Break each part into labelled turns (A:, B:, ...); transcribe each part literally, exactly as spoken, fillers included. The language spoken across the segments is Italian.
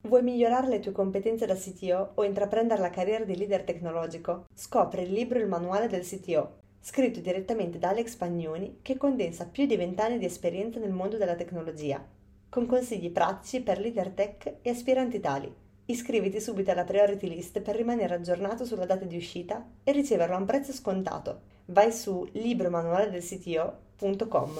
A: Vuoi migliorare le tue competenze da C T O o intraprendere la carriera di leader tecnologico? Scopri il libro Il manuale del C T O, scritto direttamente da Alex Pagnoni, che condensa più di vent'anni di esperienza nel mondo della tecnologia, con consigli pratici per leader tech e aspiranti tali. Iscriviti subito alla priority list per rimanere aggiornato sulla data di uscita e riceverlo a un prezzo scontato. Vai su libromanualedelcto punto com.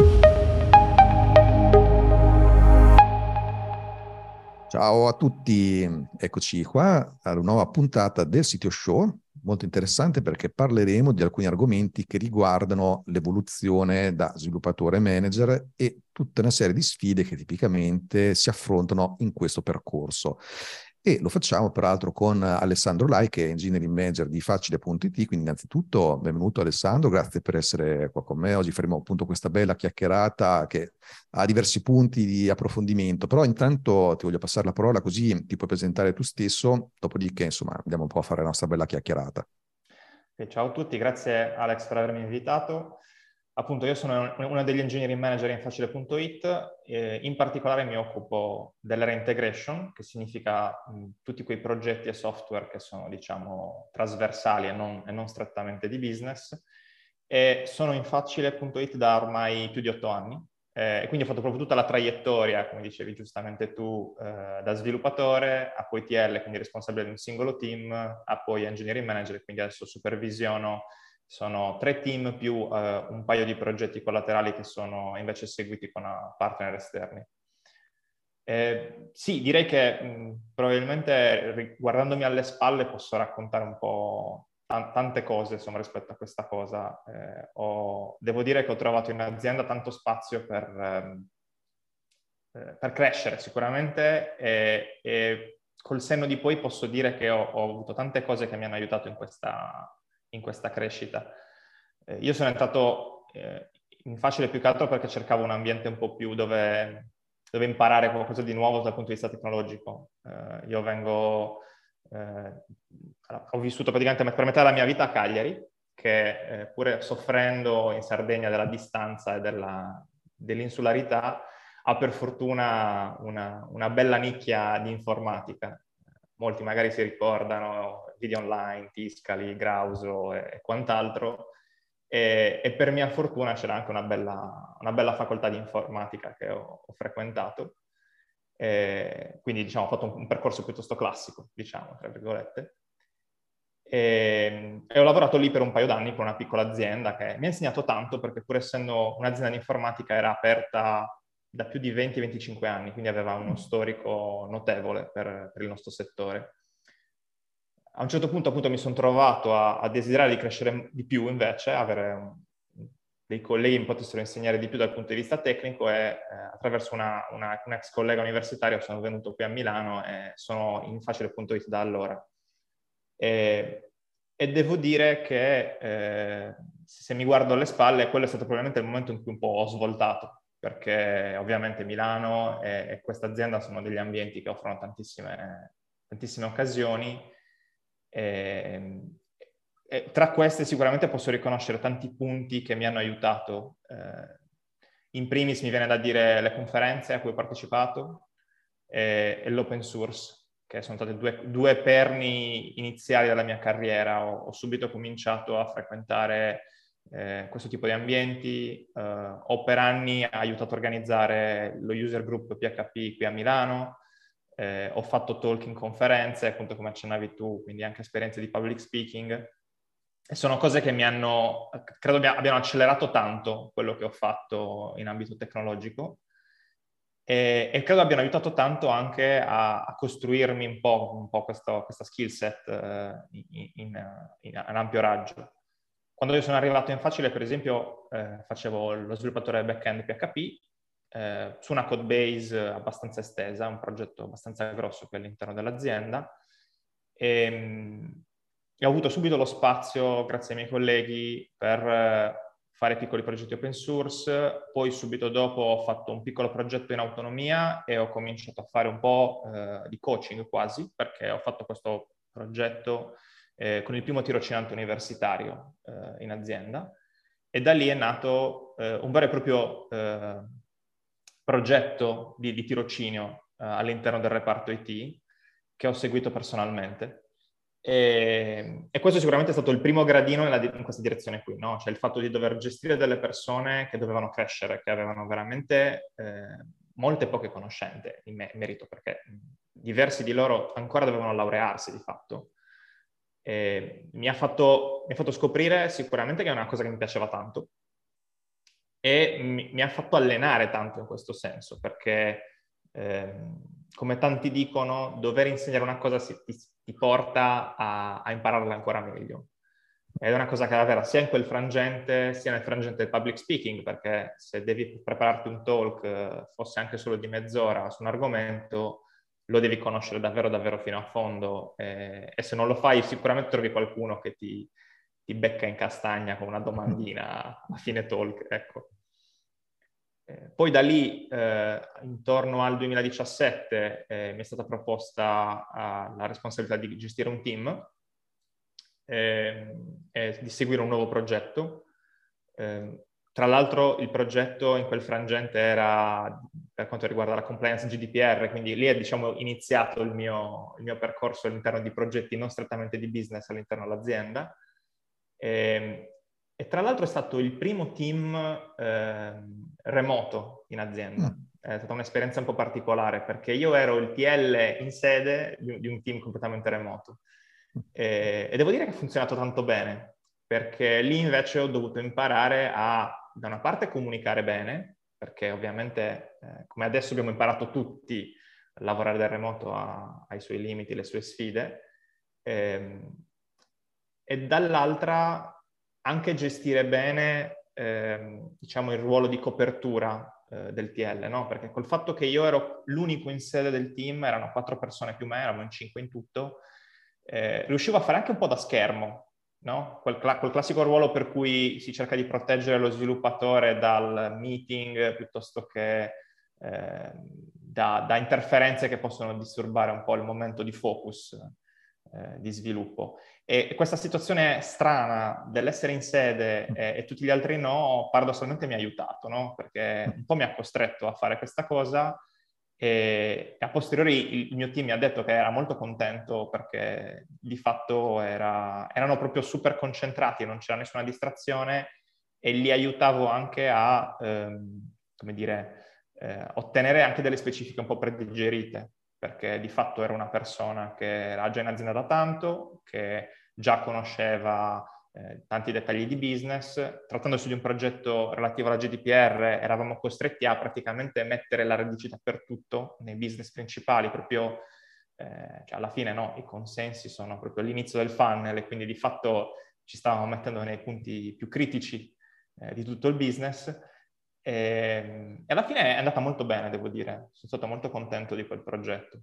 B: Ciao a tutti, eccoci qua alla nuova puntata del C T O Show, molto interessante perché parleremo di alcuni argomenti che riguardano l'evoluzione da sviluppatore manager e tutta una serie di sfide che tipicamente si affrontano in questo percorso. E lo facciamo peraltro con Alessandro Lai, che è Engineering Manager di Facile punto it. Quindi innanzitutto benvenuto Alessandro, grazie per essere qua con me. Oggi faremo appunto questa bella chiacchierata che ha diversi punti di approfondimento, però intanto ti voglio passare la parola così ti puoi presentare tu stesso, dopodiché insomma andiamo un po' a fare la nostra bella chiacchierata.
C: Okay, ciao a tutti, grazie Alex per avermi invitato. Appunto io sono uno degli engineering manager in Facile punto it, eh, in particolare mi occupo della reintegration, che significa mh, tutti quei progetti e software che sono diciamo trasversali e non, e non strettamente di business, e sono in Facile punto it da ormai più di otto anni. Eh, e quindi ho fatto proprio tutta la traiettoria, come dicevi giustamente tu, eh, da sviluppatore a poi T L, quindi responsabile di un singolo team, a poi engineering manager, quindi adesso supervisiono, sono tre team più eh, un paio di progetti collaterali che sono invece seguiti con uh, partner esterni. Eh, sì, direi che mh, probabilmente guardandomi alle spalle posso raccontare un po' tante cose insomma, rispetto a questa cosa. Eh, ho, devo dire che ho trovato in azienda tanto spazio per, ehm, eh, per crescere sicuramente e, e col senno di poi posso dire che ho, ho avuto tante cose che mi hanno aiutato in questa, in questa crescita. Eh, io sono entrato eh, in Facile più che altro perché cercavo un ambiente un po' più dove, dove imparare qualcosa di nuovo dal punto di vista tecnologico. Eh, io vengo... Eh, ho vissuto praticamente per metà della mia vita a Cagliari, che eh, pure soffrendo in Sardegna della distanza e della, dell'insularità, ha per fortuna una, una bella nicchia di informatica. Molti magari si ricordano Video Online, Tiscali, Grauso e, e quant'altro, e, e per mia fortuna c'era anche una bella, una bella facoltà di informatica che ho, ho frequentato. E quindi diciamo ho fatto un, un percorso piuttosto classico, diciamo, tra virgolette. E, e ho lavorato lì per un paio d'anni con una piccola azienda che mi ha insegnato tanto perché pur essendo un'azienda di informatica era aperta da più di venti venticinque anni, quindi aveva uno storico notevole per, per il nostro settore. A un certo punto appunto mi sono trovato a, a desiderare di crescere di più invece, avere un, dei colleghi che mi potessero insegnare di più dal punto di vista tecnico e eh, attraverso una, una, un ex collega universitario sono venuto qui a Milano e sono in Facile punto it da allora. E, e devo dire che eh, se mi guardo alle spalle, quello è stato probabilmente il momento in cui un po' ho svoltato, perché ovviamente Milano e, e questa azienda sono degli ambienti che offrono tantissime, tantissime occasioni. E, e tra queste sicuramente posso riconoscere tanti punti che mi hanno aiutato. Eh, in primis mi viene da dire le conferenze a cui ho partecipato e, e l'open source, che sono state due, due perni iniziali della mia carriera. Ho, ho subito cominciato a frequentare eh, questo tipo di ambienti. Eh, ho per anni aiutato a organizzare lo user group P H P qui a Milano. Eh, ho fatto talk in conferenze, appunto come accennavi tu, quindi anche esperienze di public speaking. E sono cose che mi hanno, credo abbiano accelerato tanto quello che ho fatto in ambito tecnologico. E, e credo abbiano aiutato tanto anche a, a costruirmi un po', un po questo, questa skill set uh, in, in, in ampio raggio. Quando io sono arrivato in Facile, per esempio, eh, facevo lo sviluppatore back-end P H P eh, su una code base abbastanza estesa, un progetto abbastanza grosso qui all'interno dell'azienda. E, e ho avuto subito lo spazio, grazie ai miei colleghi, per eh, fare piccoli progetti open source. Poi subito dopo ho fatto un piccolo progetto in autonomia e ho cominciato a fare un po' eh, di coaching quasi, perché ho fatto questo progetto eh, con il primo tirocinante universitario eh, in azienda, e da lì è nato eh, un vero e proprio eh, progetto di, di tirocinio all'interno del reparto I T che ho seguito personalmente. E, e questo sicuramente è stato il primo gradino nella, in questa direzione qui, no? Cioè il fatto di dover gestire delle persone che dovevano crescere, che avevano veramente eh, molte poche conoscenze in, me- in merito, perché diversi di loro ancora dovevano laurearsi di fatto. E mi ha fatto, mi ha fatto scoprire sicuramente che è una cosa che mi piaceva tanto e mi, mi ha fatto allenare tanto in questo senso, perché ehm, come tanti dicono, dover insegnare una cosa si, ti, ti porta a, a impararla ancora meglio. Ed è una cosa che è vera sia in quel frangente, sia nel frangente del public speaking, perché se devi prepararti un talk, eh, fosse anche solo di mezz'ora su un argomento, lo devi conoscere davvero davvero fino a fondo eh, e se non lo fai sicuramente trovi qualcuno che ti, ti becca in castagna con una domandina a fine talk, ecco. Eh, poi da lì, eh, intorno al duemiladiciassette, eh, mi è stata proposta uh, la responsabilità di gestire un team eh, e di seguire un nuovo progetto. Eh, tra l'altro il progetto in quel frangente era per quanto riguarda la compliance G D P R, quindi lì è diciamo iniziato il mio, il mio percorso all'interno di progetti non strettamente di business all'interno dell'azienda. E, e tra l'altro è stato il primo team eh, remoto in azienda. Mm. È stata un'esperienza un po' particolare perché io ero il P L in sede di, di un team completamente remoto. E, e devo dire che ha funzionato tanto bene, perché lì invece ho dovuto imparare a, da una parte, comunicare bene, perché ovviamente, eh, come adesso abbiamo imparato tutti, lavorare da remoto ha, ha i suoi limiti, le sue sfide, ehm, e dall'altra anche gestire bene, ehm, diciamo, il ruolo di copertura eh, del T L, no? Perché col fatto che io ero l'unico in sede del team, erano quattro persone più me, eravamo in cinque in tutto, eh, riuscivo a fare anche un po' da schermo, no? Quel, cla- quel classico ruolo per cui si cerca di proteggere lo sviluppatore dal meeting piuttosto che eh, da, da interferenze che possono disturbare un po' il momento di focus eh, di sviluppo. E questa situazione strana dell'essere in sede e, e tutti gli altri no, paradossalmente mi ha aiutato, no? Perché un po' mi ha costretto a fare questa cosa e a posteriori il mio team mi ha detto che era molto contento perché di fatto era, erano proprio super concentrati, non c'era nessuna distrazione e li aiutavo anche a, ehm, come dire, eh, ottenere anche delle specifiche un po' predigerite, perché di fatto era una persona che era già in azienda da tanto, che già conosceva eh, tanti dettagli di business. Trattandosi di un progetto relativo alla G D P R, eravamo costretti a praticamente mettere la radice dappertutto nei business principali, proprio eh, cioè alla fine no, i consensi sono proprio all'inizio del funnel e quindi di fatto ci stavamo mettendo nei punti più critici eh, di tutto il business. E, e alla fine è andata molto bene, devo dire. Sono stato molto contento di quel progetto.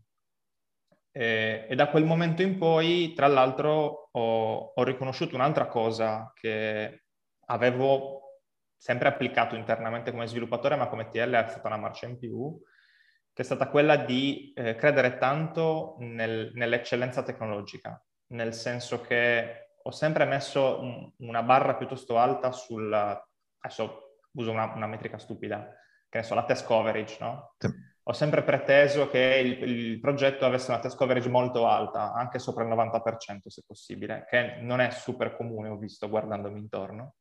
C: E, e da quel momento in poi, tra l'altro, ho, ho riconosciuto un'altra cosa che avevo sempre applicato internamente come sviluppatore, ma come T L è stata una marcia in più, che è stata quella di eh, credere tanto nel, nell'eccellenza tecnologica, nel senso che ho sempre messo un, una barra piuttosto alta sul... Adesso uso una, una metrica stupida, che ne so, la test coverage, no? Sì. Ho sempre preteso che il, il progetto avesse una test coverage molto alta, anche sopra il novanta per cento se possibile, che non è super comune, ho visto guardandomi intorno.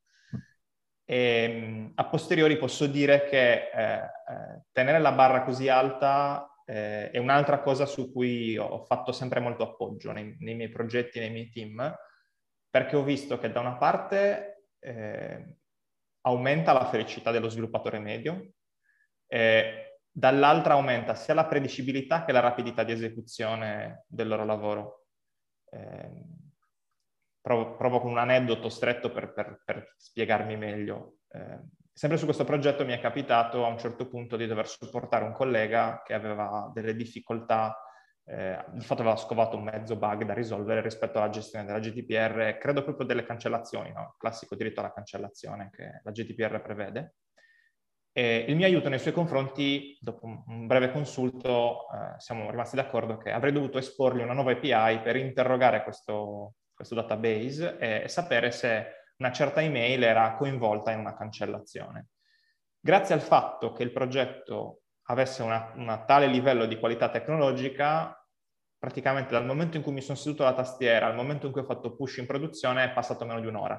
C: E a posteriori posso dire che eh, eh, tenere la barra così alta eh, è un'altra cosa su cui ho fatto sempre molto appoggio nei, nei miei progetti, nei miei team, perché ho visto che da una parte eh, aumenta la felicità dello sviluppatore medio, e dall'altra aumenta sia la predicibilità che la rapidità di esecuzione del loro lavoro. Eh, provo, provo con un aneddoto stretto per, per, per spiegarmi meglio. Eh, sempre su questo progetto mi è capitato a un certo punto di dover supportare un collega che aveva delle difficoltà, eh, di fatto aveva scovato un mezzo bug da risolvere rispetto alla gestione della G D P R, credo proprio delle cancellazioni, no? Il classico diritto alla cancellazione che la G D P R prevede. E il mio aiuto nei suoi confronti, dopo un breve consulto, eh, siamo rimasti d'accordo che avrei dovuto esporgli una nuova A P I per interrogare questo, questo database e, e sapere se una certa email era coinvolta in una cancellazione. Grazie al fatto che il progetto avesse una, una tale livello di qualità tecnologica, praticamente dal momento in cui mi sono seduto alla tastiera al momento in cui ho fatto push in produzione è passato meno di un'ora.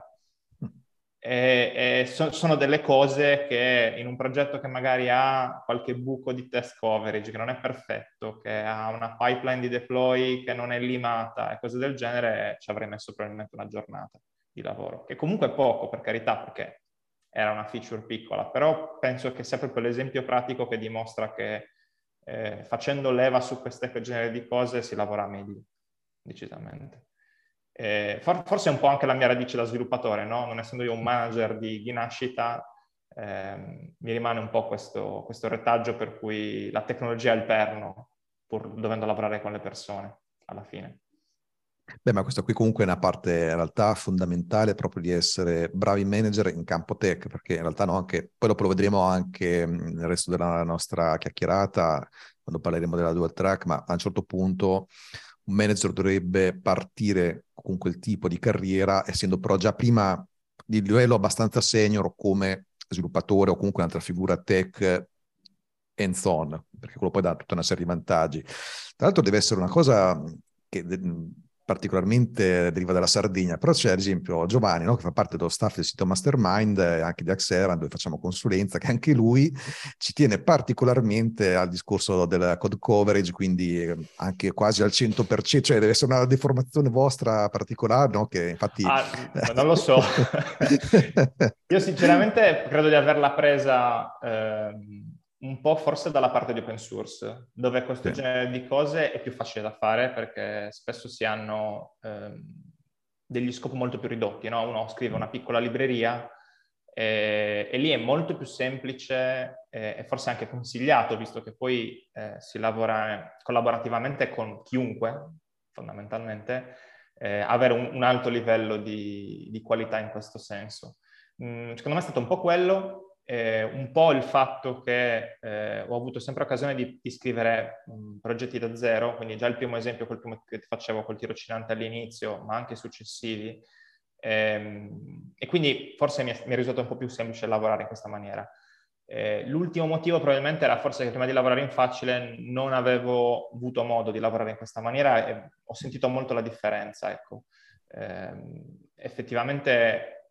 C: E, e so, sono delle cose che in un progetto che magari ha qualche buco di test coverage, che non è perfetto, che ha una pipeline di deploy che non è limata e cose del genere, ci avrei messo probabilmente una giornata di lavoro, che comunque è poco, per carità, perché era una feature piccola, però penso che sia proprio l'esempio pratico che dimostra che eh, facendo leva su queste genere di cose si lavora meglio, decisamente. Eh, for- forse è un po' anche la mia radice da sviluppatore, no? Non essendo io un manager di, di nascita, ehm, mi rimane un po' questo, questo retaggio per cui la tecnologia è il perno, pur dovendo lavorare con le persone alla fine.
B: Beh, ma questa qui comunque è una parte in realtà fondamentale proprio di essere bravi manager in campo tech, perché in realtà no, anche, poi dopo lo vedremo anche nel resto della nostra chiacchierata, quando parleremo della dual track, ma a un certo punto un manager dovrebbe partire con quel tipo di carriera, essendo però già prima di livello abbastanza senior come sviluppatore o comunque un'altra figura tech hands-on, perché quello poi dà tutta una serie di vantaggi. Tra l'altro deve essere una cosa che particolarmente deriva dalla Sardegna, però c'è ad esempio Giovanni, no, che fa parte dello staff del sito Mastermind, eh, anche di Axeran, dove facciamo consulenza, che anche lui ci tiene particolarmente al discorso del code coverage, quindi eh, anche quasi al cento per cento, cioè deve essere una deformazione vostra particolare, no? Che infatti...
C: Ah, non lo so. Io sinceramente credo di averla presa ehm, un po' forse dalla parte di open source, dove questo
B: Sì.
C: genere di cose è più facile da fare perché spesso si hanno ehm, degli scopi molto più ridotti, no? Uno scrive una piccola libreria e, e lì è molto più semplice e, e forse anche consigliato, visto che poi eh, si lavora collaborativamente con chiunque, fondamentalmente, eh, avere un, un alto livello di, di qualità in questo senso. Mm, secondo me è stato un po' quello, eh, un po' il fatto che eh, ho avuto sempre occasione di, di scrivere mh, progetti da zero, quindi già il primo esempio, quel primo che facevo col tirocinante all'inizio, ma anche successivi, ehm, e quindi forse mi è, mi è risultato un po' più semplice lavorare in questa maniera. Eh, l'ultimo motivo probabilmente era forse che prima di lavorare in Facile non avevo avuto modo di lavorare in questa maniera e ho sentito molto la differenza, ecco. Eh, effettivamente,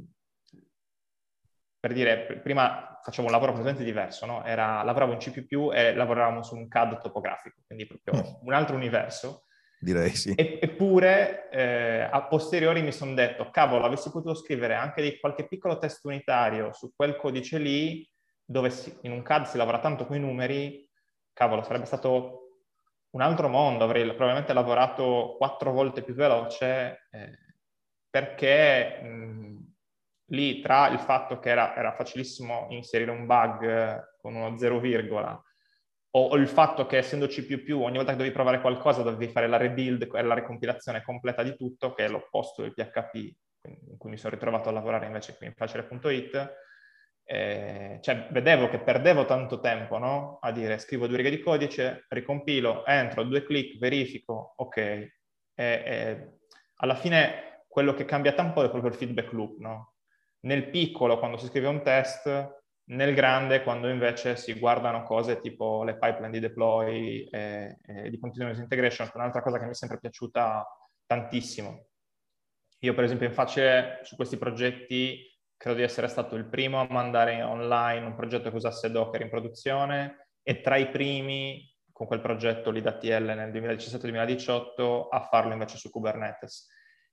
C: per dire, prima facevo un lavoro completamente diverso, no? Era, lavoravo in C più più e lavoravamo su un C A D topografico, quindi proprio un altro universo.
B: Direi sì.
C: E, eppure, eh, a posteriori mi sono detto, cavolo, avessi potuto scrivere anche di qualche piccolo test unitario su quel codice lì, dove si, in un C A D si lavora tanto con i numeri, cavolo, sarebbe stato un altro mondo, avrei probabilmente lavorato quattro volte più veloce, eh, perché mh, lì tra il fatto che era, era facilissimo inserire un bug con uno zero virgola, o, o il fatto che essendo C più più ogni volta che dovevi provare qualcosa dovevi fare la rebuild e la ricompilazione completa di tutto, che è l'opposto del P H P in cui mi sono ritrovato a lavorare invece qui in Facile punto it. Eh, cioè vedevo che perdevo tanto tempo, no? A dire scrivo due righe di codice, ricompilo, entro, due clic, verifico, ok. E, e alla fine quello che cambia tanto è proprio il feedback loop, no? Nel piccolo quando si scrive un test, nel grande quando invece si guardano cose tipo le pipeline di deploy e, e di continuous integration, che è un'altra cosa che mi è sempre piaciuta tantissimo. Io per esempio in Facile su questi progetti credo di essere stato il primo a mandare online un progetto che usasse Docker in produzione e tra i primi con quel progetto lì da T L nel duemiladiciassette duemiladiciotto a farlo invece su Kubernetes.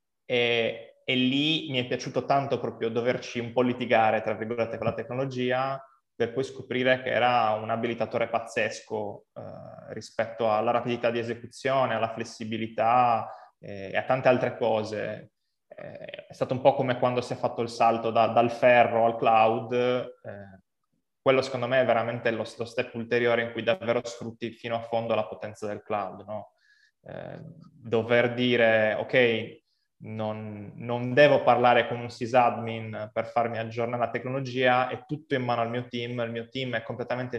C: E, e lì mi è piaciuto tanto proprio doverci un po' litigare, tra virgolette, con la tecnologia, per poi scoprire che era un abilitatore pazzesco eh, rispetto alla rapidità di esecuzione, alla flessibilità eh, e a tante altre cose. Eh, è stato un po' come quando si è fatto il salto da, dal ferro al cloud. Eh, quello secondo me è veramente lo, lo step ulteriore in cui davvero sfrutti fino a fondo la potenza del cloud, no? Eh, dover dire, ok, non, non devo parlare con un sysadmin per farmi aggiornare la tecnologia, è tutto in mano al mio team, il mio team è completamente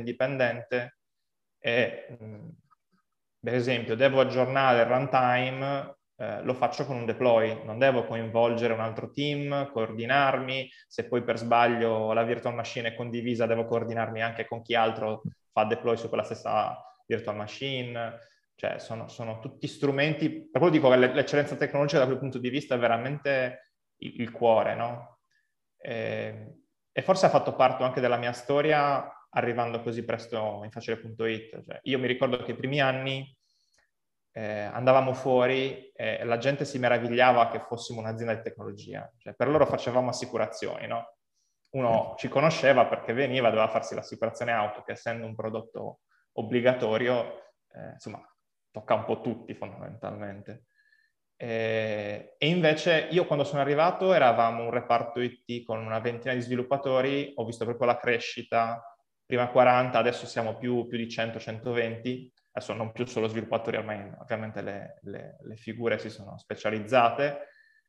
C: indipendente e, mh, per esempio, devo aggiornare il runtime, eh, lo faccio con un deploy, non devo coinvolgere un altro team, coordinarmi, se poi per sbaglio la virtual machine è condivisa devo coordinarmi anche con chi altro fa deploy su quella stessa virtual machine, cioè sono, sono tutti strumenti, per quello dico che l'eccellenza tecnologica da quel punto di vista è veramente il, il cuore, no? E, e forse ha fatto parte anche della mia storia arrivando così presto in Facile punto it. Cioè, io mi ricordo che i primi anni eh, andavamo fuori e la gente si meravigliava che fossimo un'azienda di tecnologia. Cioè, per loro facevamo assicurazioni, no? Uno ci conosceva perché veniva, doveva farsi l'assicurazione auto, che essendo un prodotto obbligatorio, eh, insomma, tocca un po' tutti fondamentalmente. E, e invece io quando sono arrivato eravamo un reparto I T con una ventina di sviluppatori, ho visto proprio la crescita, prima quaranta, adesso siamo più, più di cento centoventi, adesso non più solo sviluppatori, ormai ovviamente le, le, le figure si sono specializzate,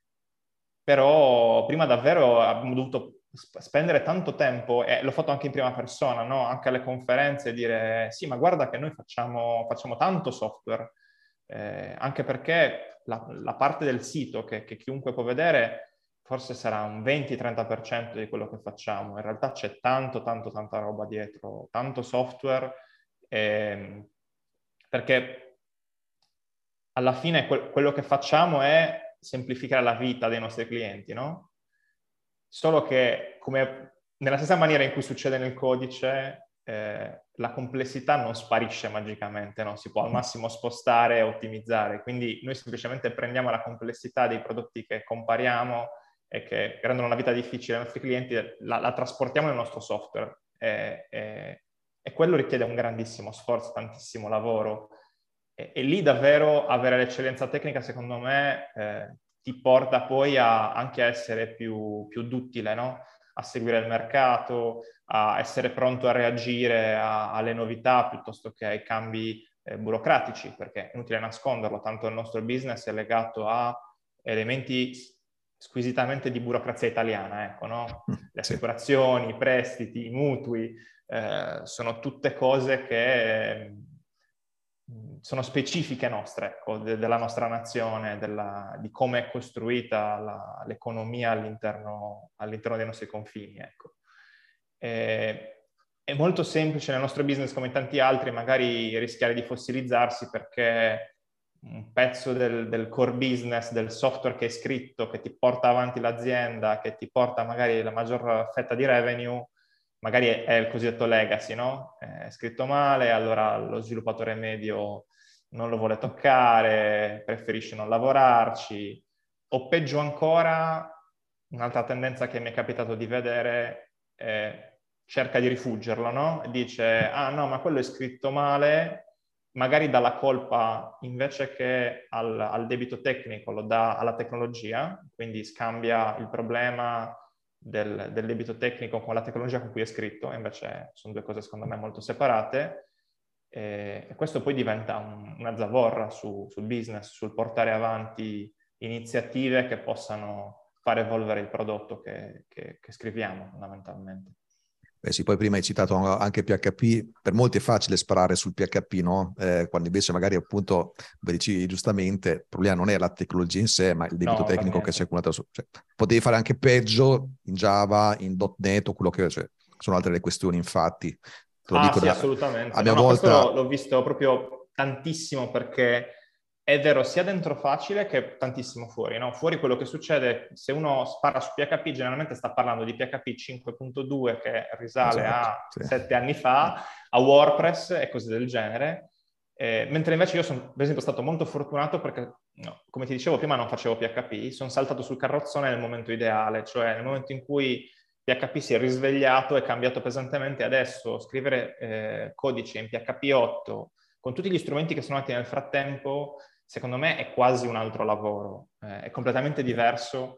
C: però prima davvero abbiamo dovuto spendere tanto tempo, e l'ho fatto anche in prima persona, no? Anche alle conferenze, dire sì, ma guarda che noi facciamo, facciamo tanto software, eh, anche perché la, la parte del sito che, che chiunque può vedere forse sarà un venti trenta per cento di quello che facciamo, in realtà c'è tanto, tanto, tanta roba dietro, tanto software, eh, perché alla fine que- quello che facciamo è semplificare la vita dei nostri clienti, no? Solo che, come nella stessa maniera in cui succede nel codice, eh, la complessità non sparisce magicamente, no? Si può al massimo spostare e ottimizzare. Quindi noi semplicemente prendiamo la complessità dei prodotti che compariamo e che rendono la vita difficile ai nostri clienti, la, la trasportiamo nel nostro software. E, e, e quello richiede un grandissimo sforzo, tantissimo lavoro. E, e lì davvero avere l'eccellenza tecnica, secondo me, eh, ti porta poi a, anche a essere più, più duttile, no? A seguire il mercato, a essere pronto a reagire a, alle novità piuttosto che ai cambi eh, burocratici, perché è inutile nasconderlo, tanto il nostro business è legato a elementi squisitamente di burocrazia italiana, ecco, no? Le assicurazioni, i prestiti, i mutui, eh, sono tutte cose che eh, sono specifiche nostre, ecco, de- della nostra nazione, della, di come è costruita la, l'economia all'interno, all'interno dei nostri confini, ecco. E, è molto semplice nel nostro business, come in tanti altri, magari rischiare di fossilizzarsi perché un pezzo del, del core business, del software che è scritto, che ti porta avanti l'azienda, che ti porta magari la maggior fetta di revenue, magari è, è il cosiddetto legacy, no? È scritto male, allora lo sviluppatore medio non lo vuole toccare, preferisce non lavorarci, o peggio ancora, un'altra tendenza che mi è capitato di vedere è cerca di rifuggerlo, no? Dice, ah no, ma quello è scritto male, magari dà la colpa invece che al, al debito tecnico, lo dà alla tecnologia, quindi scambia il problema del, del debito tecnico con la tecnologia con cui è scritto, invece sono due cose secondo me molto separate, e, e questo poi diventa un, una zavorra su, sul business, sul portare avanti iniziative che possano far evolvere il prodotto che, che, che scriviamo fondamentalmente.
B: Beh sì, poi prima hai citato anche P H P, per molti è facile sparare sul P H P, no? Eh, quando invece magari appunto, come dici giustamente, il problema non è la tecnologia in sé, ma il debito
C: No,
B: tecnico che c'è circolato su. Cioè, potevi fare anche peggio in Java, in .NET o quello che... Cioè, sono altre le questioni, infatti. Te lo
C: Ah
B: dico
C: sì,
B: da,
C: assolutamente.
B: a mia
C: No, no, questo
B: volta...
C: l'ho, l'ho visto proprio tantissimo perché è vero sia dentro facile che tantissimo fuori, no? Fuori quello che succede, se uno spara su P H P, generalmente sta parlando di P H P cinque punto due che risale
B: Esatto,
C: a
B: sì.
C: sette anni fa, a WordPress e cose del genere. Eh, mentre invece io sono, per esempio, stato molto fortunato perché, no, come ti dicevo prima, non facevo P H P, sono saltato sul carrozzone nel momento ideale, cioè nel momento in cui P H P si è risvegliato e cambiato pesantemente. Adesso scrivere eh, codice in P H P otto con tutti gli strumenti che sono nati nel frattempo, secondo me è quasi un altro lavoro, eh, è completamente diverso.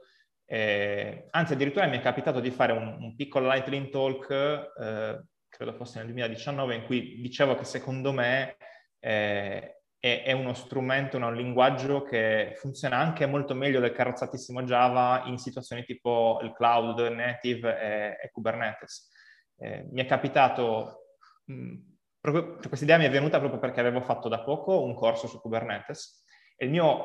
C: Eh, anzi, addirittura mi è capitato di fare un, un piccolo lightning talk, eh, credo fosse nel duemiladiciannove, in cui dicevo che secondo me eh, è, è uno strumento, un linguaggio che funziona anche molto meglio del carrozzatissimo Java in situazioni tipo il cloud, native e, e Kubernetes. Eh, mi è capitato, mh, proprio, questa idea mi è venuta proprio perché avevo fatto da poco un corso su Kubernetes e il mio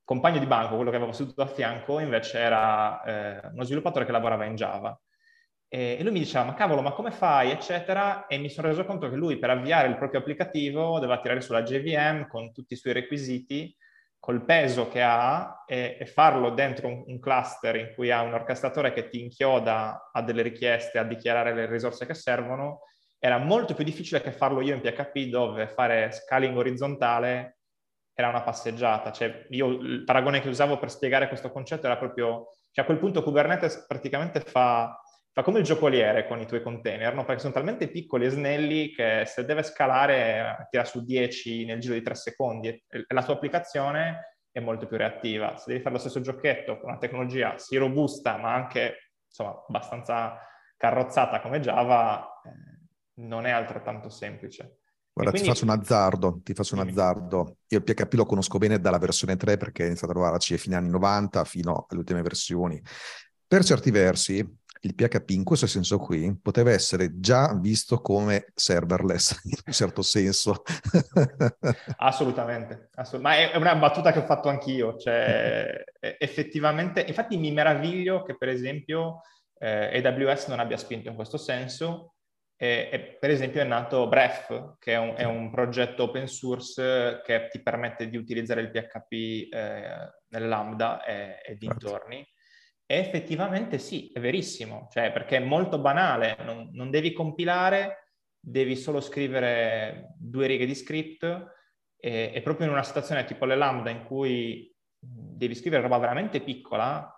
C: compagno di banco, quello che avevo seduto a fianco, invece era eh, uno sviluppatore che lavorava in Java. E, e lui mi diceva, ma cavolo, ma come fai, eccetera? E mi sono reso conto che lui per avviare il proprio applicativo doveva tirare sulla J V M con tutti i suoi requisiti, col peso che ha, e, e farlo dentro un, un cluster in cui ha un orchestratore che ti inchioda a delle richieste, a dichiarare le risorse che servono. Era molto più difficile che farlo io in P H P, dove fare scaling orizzontale era una passeggiata. Cioè, io il paragone che usavo per spiegare questo concetto era proprio, cioè a quel punto Kubernetes praticamente fa, fa come il giocoliere con i tuoi container, no? Perché sono talmente piccoli e snelli che se deve scalare tira su dieci nel giro di tre secondi e, e la tua applicazione è molto più reattiva. Se devi fare lo stesso giochetto con una tecnologia sì robusta, ma anche insomma abbastanza carrozzata come Java, eh, non è altrettanto semplice.
B: Guarda,
C: quindi,
B: ti faccio un azzardo, ti faccio un
C: dimmi.
B: azzardo. Io il P H P lo conosco bene dalla versione tre perché ho iniziato a lavorarci a fine anni novanta fino alle ultime versioni. Per certi versi, il P H P in questo senso qui poteva essere già visto come serverless, in un certo senso.
C: Assolutamente, assolut- ma è una battuta che ho fatto anch'io. Cioè, effettivamente, infatti mi meraviglio che per esempio eh, A W S non abbia spinto in questo senso. E, e per esempio è nato Bref, che è un, è un progetto open source che ti permette di utilizzare il P H P eh, nel Lambda e, e dintorni. E effettivamente sì, è verissimo, cioè perché è molto banale, non, non devi compilare, devi solo scrivere due righe di script e, e proprio in una situazione tipo le Lambda in cui devi scrivere roba veramente piccola,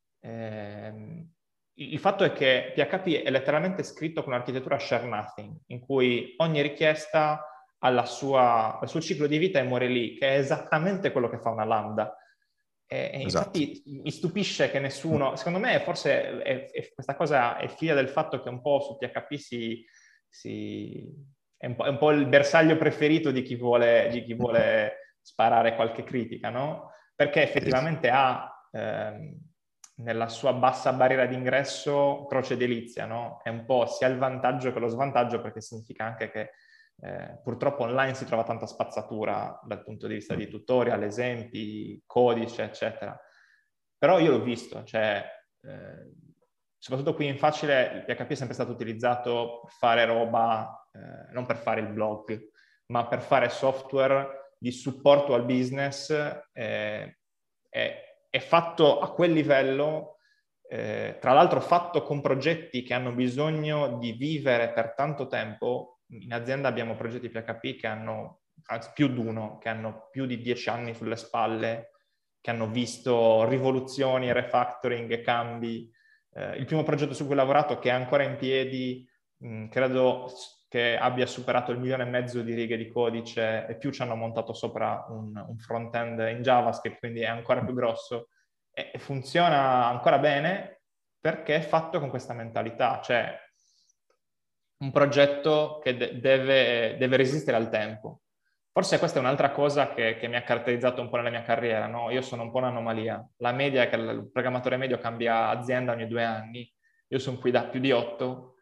C: ehm, il fatto è che P H P è letteralmente scritto con un'architettura share nothing, in cui ogni richiesta ha la sua, il suo ciclo di vita e muore lì, che è esattamente quello che fa una Lambda. E, e
B: Esatto.
C: infatti mi stupisce che nessuno, secondo me forse è, è, questa cosa è figlia del fatto che un po' su P H P si, si, è, un è un po' il bersaglio preferito di chi vuole, di chi vuole sparare qualche critica, no? Perché effettivamente ha ehm, nella sua bassa barriera d'ingresso croce delizia, no? È un po' sia il vantaggio che lo svantaggio, perché significa anche che eh, purtroppo online si trova tanta spazzatura dal punto di vista di tutorial, esempi, codice, eccetera. Però io l'ho visto, cioè eh, soprattutto qui in Facile il P H P è sempre stato utilizzato per fare roba, eh, non per fare il blog, ma per fare software di supporto al business. Eh, è, è fatto a quel livello, eh, tra l'altro fatto con progetti che hanno bisogno di vivere per tanto tempo. In azienda abbiamo progetti P H P che hanno, anzi più di uno, che hanno più di dieci anni sulle spalle, che hanno visto rivoluzioni, refactoring e cambi. Eh, il primo progetto su cui ho lavorato, che è ancora in piedi, mh, credo che abbia superato il milione e mezzo di righe di codice e più ci hanno montato sopra un, un front-end in JavaScript, quindi è ancora più grosso e, e funziona ancora bene perché è fatto con questa mentalità, cioè un progetto che de- deve, deve resistere al tempo. Forse questa è un'altra cosa che, che mi ha caratterizzato un po' nella mia carriera, no? Io sono un po' un'anomalia. La media è che il programmatore medio cambia azienda ogni due anni. Io sono qui da più di otto.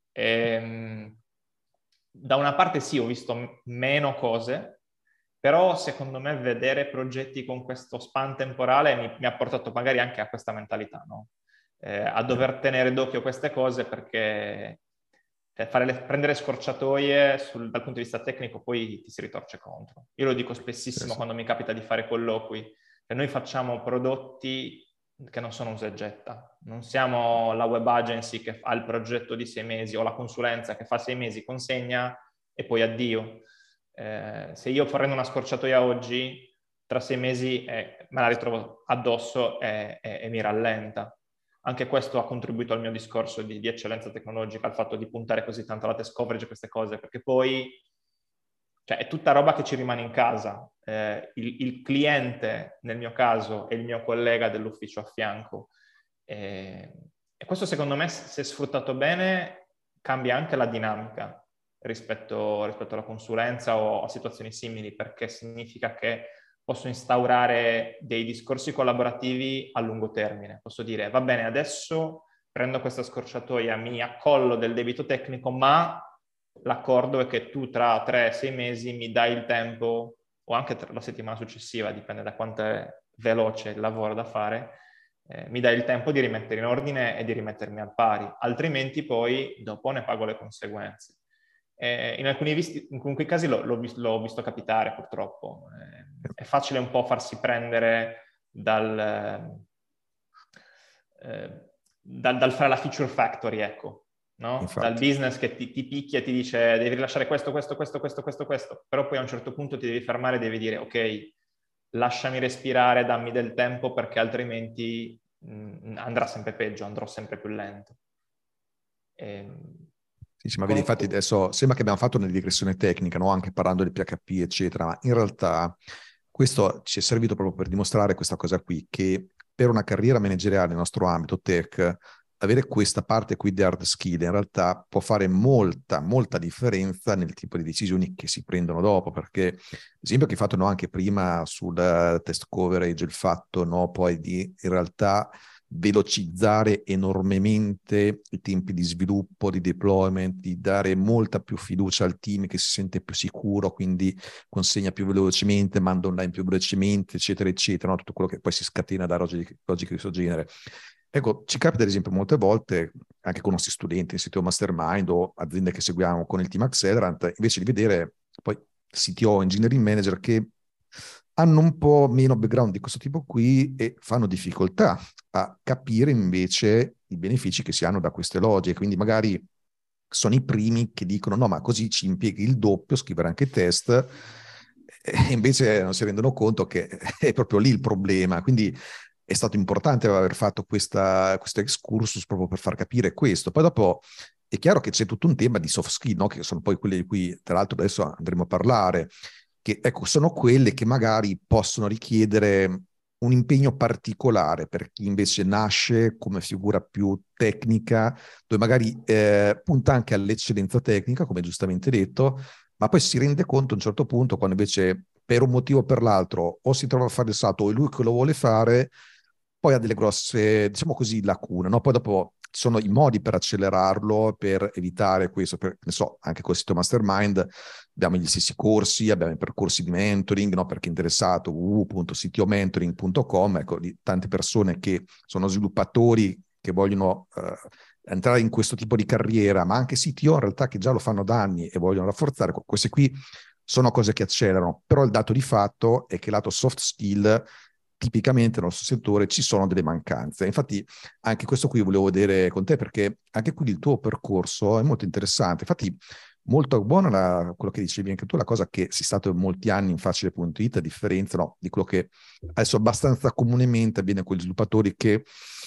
C: E, da una parte sì, ho visto meno cose, però secondo me vedere progetti con questo span temporale mi, mi ha portato magari anche a questa mentalità, no? Eh, a dover tenere d'occhio queste cose perché cioè, fare le, prendere scorciatoie sul, dal punto di vista tecnico poi ti si ritorce contro. Io lo dico spessissimo
B: Sì, sì.
C: quando mi capita di fare colloqui. Cioè, noi facciamo prodotti che non sono usa e getta. Non siamo la web agency che fa il progetto di sei mesi o la consulenza che fa sei mesi, consegna e poi addio. Eh, se io prendo una scorciatoia oggi, tra sei mesi eh, me la ritrovo addosso e, e, e mi rallenta. Anche questo ha contribuito al mio discorso di, di eccellenza tecnologica, al fatto di puntare così tanto alla test coverage e queste cose, perché poi cioè, è tutta roba che ci rimane in casa. Eh, il, il cliente, nel mio caso, è il mio collega dell'ufficio a fianco. Eh, e questo, secondo me, se sfruttato bene, cambia anche la dinamica rispetto, rispetto alla consulenza o a situazioni simili, perché significa che posso instaurare dei discorsi collaborativi a lungo termine. Posso dire, va bene, adesso prendo questa scorciatoia, mi accollo del debito tecnico, ma l'accordo è che tu tra tre sei mesi mi dai il tempo o anche la settimana successiva, dipende da quanto è veloce il lavoro da fare, eh, mi dà il tempo di rimettere in ordine e di rimettermi al pari, altrimenti poi dopo ne pago le conseguenze. Eh, in, alcuni visti, in alcuni casi l'ho, l'ho, visto, l'ho visto capitare, purtroppo. Eh, è facile un po' farsi prendere dal, eh, dal, dal fare la feature factory, ecco. No? Dal business che ti, ti picchia e ti dice devi rilasciare questo, questo, questo, questo, questo, questo, però poi a un certo punto ti devi fermare e devi dire ok, lasciami respirare, dammi del tempo perché altrimenti mh, andrà sempre peggio, andrò sempre più lento. E,
B: sì, sì, ma vedi, infatti adesso sembra che abbiamo fatto una digressione tecnica, no? Anche parlando del P H P, eccetera, ma in realtà questo ci è servito proprio per dimostrare questa cosa qui, che per una carriera manageriale nel nostro ambito tech, avere questa parte qui di hard skill in realtà può fare molta, molta differenza nel tipo di decisioni che si prendono dopo, perché l'esempio che hai fatto no, anche prima sul test coverage, il fatto no, poi di in realtà velocizzare enormemente i tempi di sviluppo, di deployment, di dare molta più fiducia al team che si sente più sicuro, quindi consegna più velocemente, manda online più velocemente, eccetera, eccetera, no? Tutto quello che poi si scatena da logiche, logiche di questo genere. Ecco, ci capita ad esempio molte volte, anche con i nostri studenti in C T O Mastermind o aziende che seguiamo con il team Accelerant, invece di vedere poi C T O, engineering manager che hanno un po' meno background di questo tipo qui e fanno difficoltà a capire invece i benefici che si hanno da queste logiche, quindi magari sono i primi che dicono no, ma così ci impieghi il doppio, scrivere anche test, e invece non si rendono conto che è proprio lì il problema, quindi è stato importante aver fatto questa, questo excursus proprio per far capire questo. Poi dopo è chiaro che c'è tutto un tema di soft skill, no? Che sono poi quelle di cui tra l'altro adesso andremo a parlare, che ecco, sono quelle che magari possono richiedere un impegno particolare per chi invece nasce come figura più tecnica, dove magari eh, punta anche all'eccellenza tecnica, come giustamente detto, ma poi si rende conto a un certo punto, quando invece per un motivo o per l'altro o si trova a fare il salto o è lui che lo vuole fare, poi ha delle grosse, diciamo così, lacune, no? Poi dopo ci sono i modi per accelerarlo, per evitare questo, per, ne so, anche col sito Mastermind abbiamo gli stessi corsi, abbiamo i percorsi di mentoring, no? Per chi è interessato, w w w punto c t o mentoring punto com, ecco, di tante persone che sono sviluppatori, che vogliono eh, entrare in questo tipo di carriera, ma anche C T O in realtà che già lo fanno da anni e vogliono rafforzare, queste qui sono cose che accelerano, però il dato di fatto è che lato soft skill tipicamente nel nostro settore ci sono delle mancanze. Infatti anche questo qui volevo vedere con te, perché anche qui il tuo percorso è molto interessante. Infatti molto buona la, quello che dicevi anche tu, la cosa che sei stato molti anni in facile punto it, a differenza no, di quello che adesso abbastanza comunemente avviene con gli sviluppatori che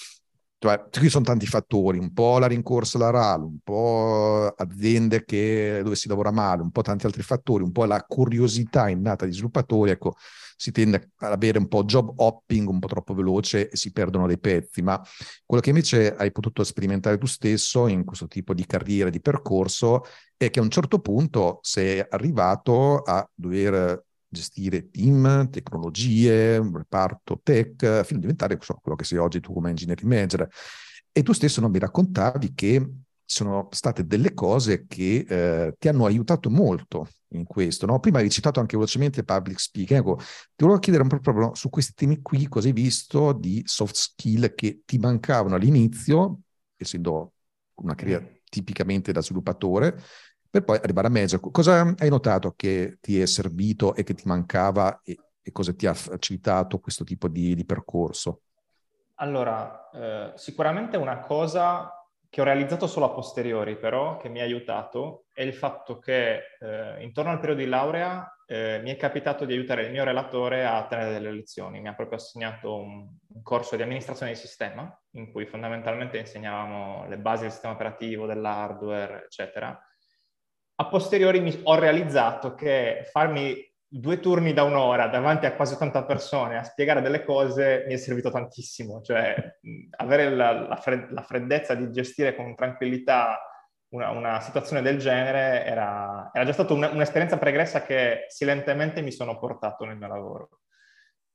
B: cioè, qui sono tanti fattori, un po' la rincorsa alla R A L, un po' aziende che, dove si lavora male, un po' tanti altri fattori, un po' la curiosità innata degli sviluppatori, ecco, si tende ad avere un po' job hopping un po' troppo veloce e si perdono dei pezzi, ma quello che invece hai potuto sperimentare tu stesso in questo tipo di carriera, di percorso, è che a un certo punto sei arrivato a dover gestire team, tecnologie, un reparto tech, fino a diventare so, quello che sei oggi tu come engineering manager. E tu stesso non mi raccontavi che sono state delle cose che eh, ti hanno aiutato molto in questo, no? Prima hai citato anche velocemente public speaking. Ecco, ti volevo chiedere proprio su questi temi qui, cosa hai visto di soft skill che ti mancavano all'inizio, essendo una carriera tipicamente da sviluppatore, per poi arrivare a manager. Cosa hai notato che ti è servito e che ti mancava e, e cosa ti ha facilitato questo tipo di, di percorso?
C: Allora, eh, sicuramente una cosa che ho realizzato solo a posteriori, però, che mi ha aiutato, è il fatto che eh, intorno al periodo di laurea eh, mi è capitato di aiutare il mio relatore a tenere delle lezioni. Mi ha proprio assegnato un, un corso di amministrazione di sistema, in cui fondamentalmente insegnavamo le basi del sistema operativo, dell'hardware, eccetera. A posteriori mi ho realizzato che farmi due turni da un'ora davanti a quasi ottanta persone a spiegare delle cose mi è servito tantissimo. Cioè, avere la, la, fred- la freddezza di gestire con tranquillità una, una situazione del genere era, era già stata un, un'esperienza pregressa che silentemente mi sono portato nel mio lavoro.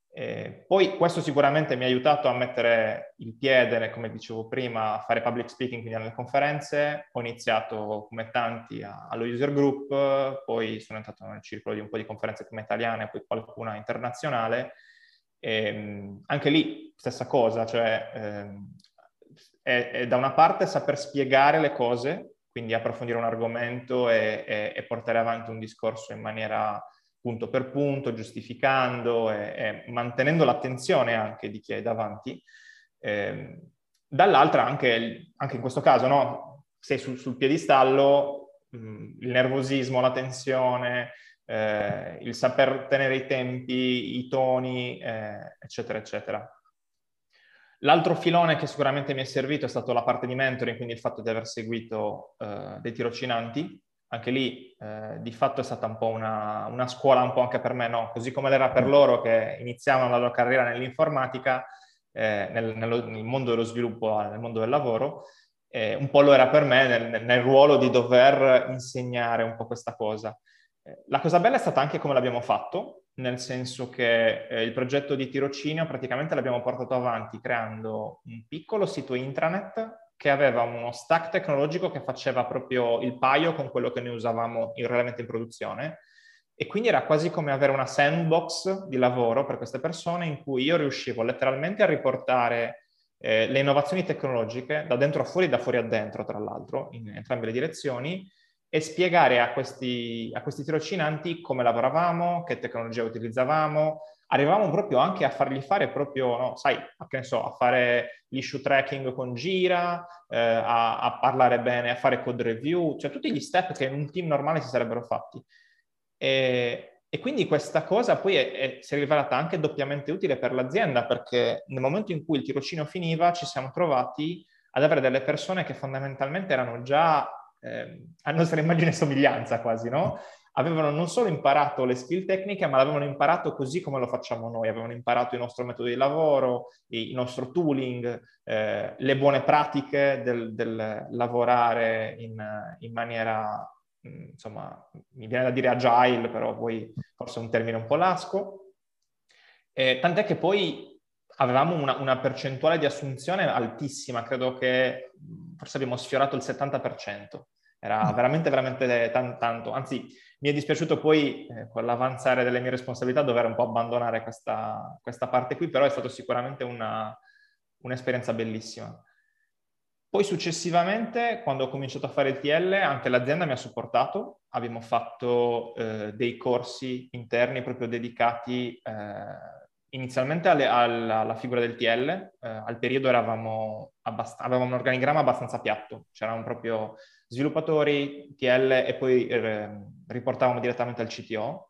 C: Eh, poi questo sicuramente mi ha aiutato a mettere il piede, come dicevo prima, a fare public speaking, quindi alle conferenze. Ho iniziato come tanti a, allo user group, poi sono entrato nel circolo di un po' di conferenze prima italiane, poi qualcuna internazionale. E, anche lì stessa cosa, cioè ehm, è, è da una parte saper spiegare le cose, quindi approfondire un argomento e, e, e portare avanti un discorso in maniera punto per punto, giustificando e, e mantenendo l'attenzione anche di chi è davanti. Eh, dall'altra anche, anche in questo caso, no? Sei sul, sul piedistallo, mh, il nervosismo, la tensione, eh, il saper tenere i tempi, i toni, eh, eccetera, eccetera. L'altro filone che sicuramente mi è servito è stato la parte di mentoring, quindi il fatto di aver seguito eh, dei tirocinanti. Anche lì, eh, di fatto, è stata un po' una, una scuola un po' anche per me, no? Così come l'era per loro che iniziavano la loro carriera nell'informatica, eh, nel, nello, nel mondo dello sviluppo, nel mondo del lavoro, eh, un po' lo era per me nel, nel ruolo di dover insegnare un po' questa cosa. Eh, la cosa bella è stata anche come l'abbiamo fatto, nel senso che eh, il progetto di tirocinio praticamente l'abbiamo portato avanti creando un piccolo sito intranet che aveva uno stack tecnologico che faceva proprio il paio con quello che noi usavamo in, realmente in produzione, e quindi era quasi come avere una sandbox di lavoro per queste persone in cui io riuscivo letteralmente a riportare eh, le innovazioni tecnologiche da dentro a fuori e da fuori a dentro, tra l'altro, in entrambe le direzioni, e spiegare a questi, a questi tirocinanti come lavoravamo, che tecnologia utilizzavamo. Arrivavamo proprio anche a fargli fare proprio, no, sai, che ne so, a fare l'issue tracking con Jira, eh, a, a parlare bene, a fare code review, cioè tutti gli step che in un team normale si sarebbero fatti. E, e quindi questa cosa poi è, è, si è rivelata anche doppiamente utile per l'azienda, perché nel momento in cui il tirocinio finiva ci siamo trovati ad avere delle persone che fondamentalmente erano già eh, a nostra immagine e somiglianza quasi, no? Avevano non solo imparato le skill tecniche, ma l'avevano imparato così come lo facciamo noi, avevano imparato il nostro metodo di lavoro, il nostro tooling, eh, le buone pratiche del, del lavorare in, in maniera, insomma, mi viene da dire agile, però poi forse è un termine un po' lasco. Eh, tant'è che poi avevamo una, una percentuale di assunzione altissima, credo che forse abbiamo sfiorato il settanta per cento. Era veramente, veramente tan- tanto. Anzi, mi è dispiaciuto poi, eh, con l'avanzare delle mie responsabilità, dover un po' abbandonare questa, questa parte qui, però è stata sicuramente una, un'esperienza bellissima. Poi successivamente, quando ho cominciato a fare il T L, anche l'azienda mi ha supportato. Abbiamo fatto eh, dei corsi interni proprio dedicati eh, inizialmente alle, alla, alla figura del T L. Eh, al periodo eravamo abbast- avevamo un organigramma abbastanza piatto. C'erano proprio sviluppatori, T L e poi eh, riportavamo direttamente al C T O.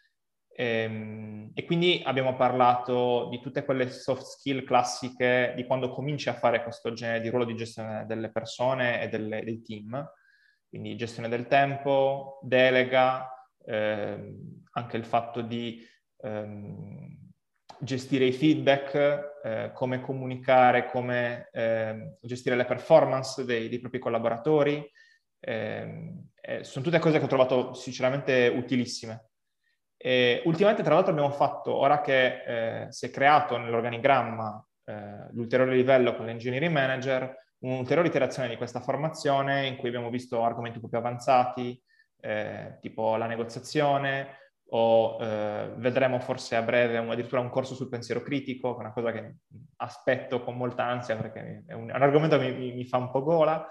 C: E, e quindi abbiamo parlato di tutte quelle soft skill classiche di quando cominci a fare questo genere di ruolo di gestione delle persone e delle, dei team, quindi gestione del tempo, delega, ehm, anche il fatto di ehm, gestire i feedback, eh, come comunicare, come eh, gestire le performance dei, dei propri collaboratori. Eh, eh, sono tutte cose che ho trovato sinceramente utilissime. E ultimamente, tra l'altro, abbiamo fatto, ora che eh, si è creato nell'organigramma eh, l'ulteriore livello con l'engineering manager, un'ulteriore iterazione di questa formazione in cui abbiamo visto argomenti un po' più avanzati, eh, tipo la negoziazione, o eh, vedremo forse a breve un, addirittura un corso sul pensiero critico, che è una cosa che aspetto con molta ansia perché è un, è un argomento che mi, mi fa un po' gola.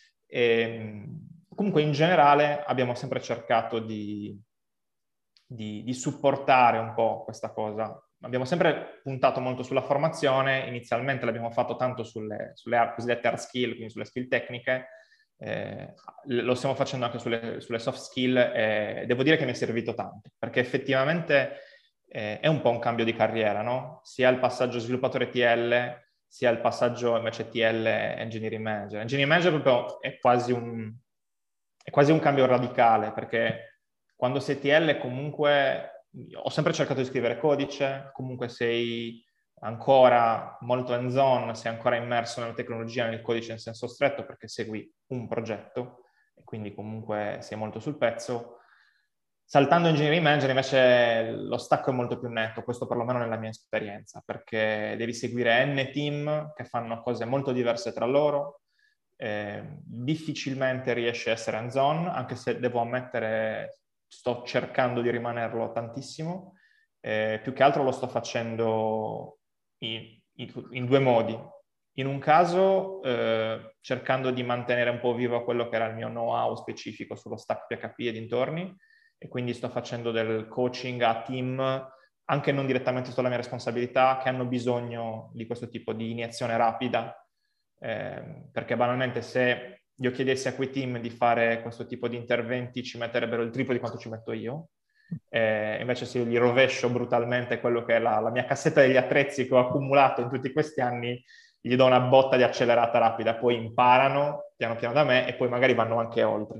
C: E, comunque, in generale, abbiamo sempre cercato di Di, di supportare un po' questa cosa. Abbiamo sempre puntato molto sulla formazione, inizialmente l'abbiamo fatto tanto sulle, sulle cosiddette hard skill, quindi sulle skill tecniche, eh, lo stiamo facendo anche sulle, sulle soft skill e devo dire che mi è servito tanto, perché effettivamente eh, è un po' un cambio di carriera, no? Sia il passaggio sviluppatore T L, sia il passaggio invece T L engineering manager. Engineering manager proprio è quasi un, è quasi un cambio radicale, perché quando sei T L comunque ho sempre cercato di scrivere codice, comunque sei ancora molto hands-on, sei ancora immerso nella tecnologia, nel codice in senso stretto, perché segui un progetto e quindi comunque sei molto sul pezzo. Saltando engineering manager invece lo stacco è molto più netto, questo perlomeno nella mia esperienza, perché devi seguire N team che fanno cose molto diverse tra loro, eh, difficilmente riesci a essere hands-on, anche se devo ammettere sto cercando di rimanerlo tantissimo, eh, più che altro lo sto facendo in, in, in due modi. In un caso eh, cercando di mantenere un po' vivo quello che era il mio know-how specifico sullo stack P H P e dintorni, e quindi sto facendo del coaching a team, anche non direttamente sulla mia responsabilità, che hanno bisogno di questo tipo di iniezione rapida, eh, perché banalmente se io chiedessi a quei team di fare questo tipo di interventi ci metterebbero il triplo di quanto ci metto io, eh, invece se io gli rovescio brutalmente quello che è la, la mia cassetta degli attrezzi che ho accumulato in tutti questi anni, gli do una botta di accelerata rapida, poi imparano piano piano da me e poi magari vanno anche oltre.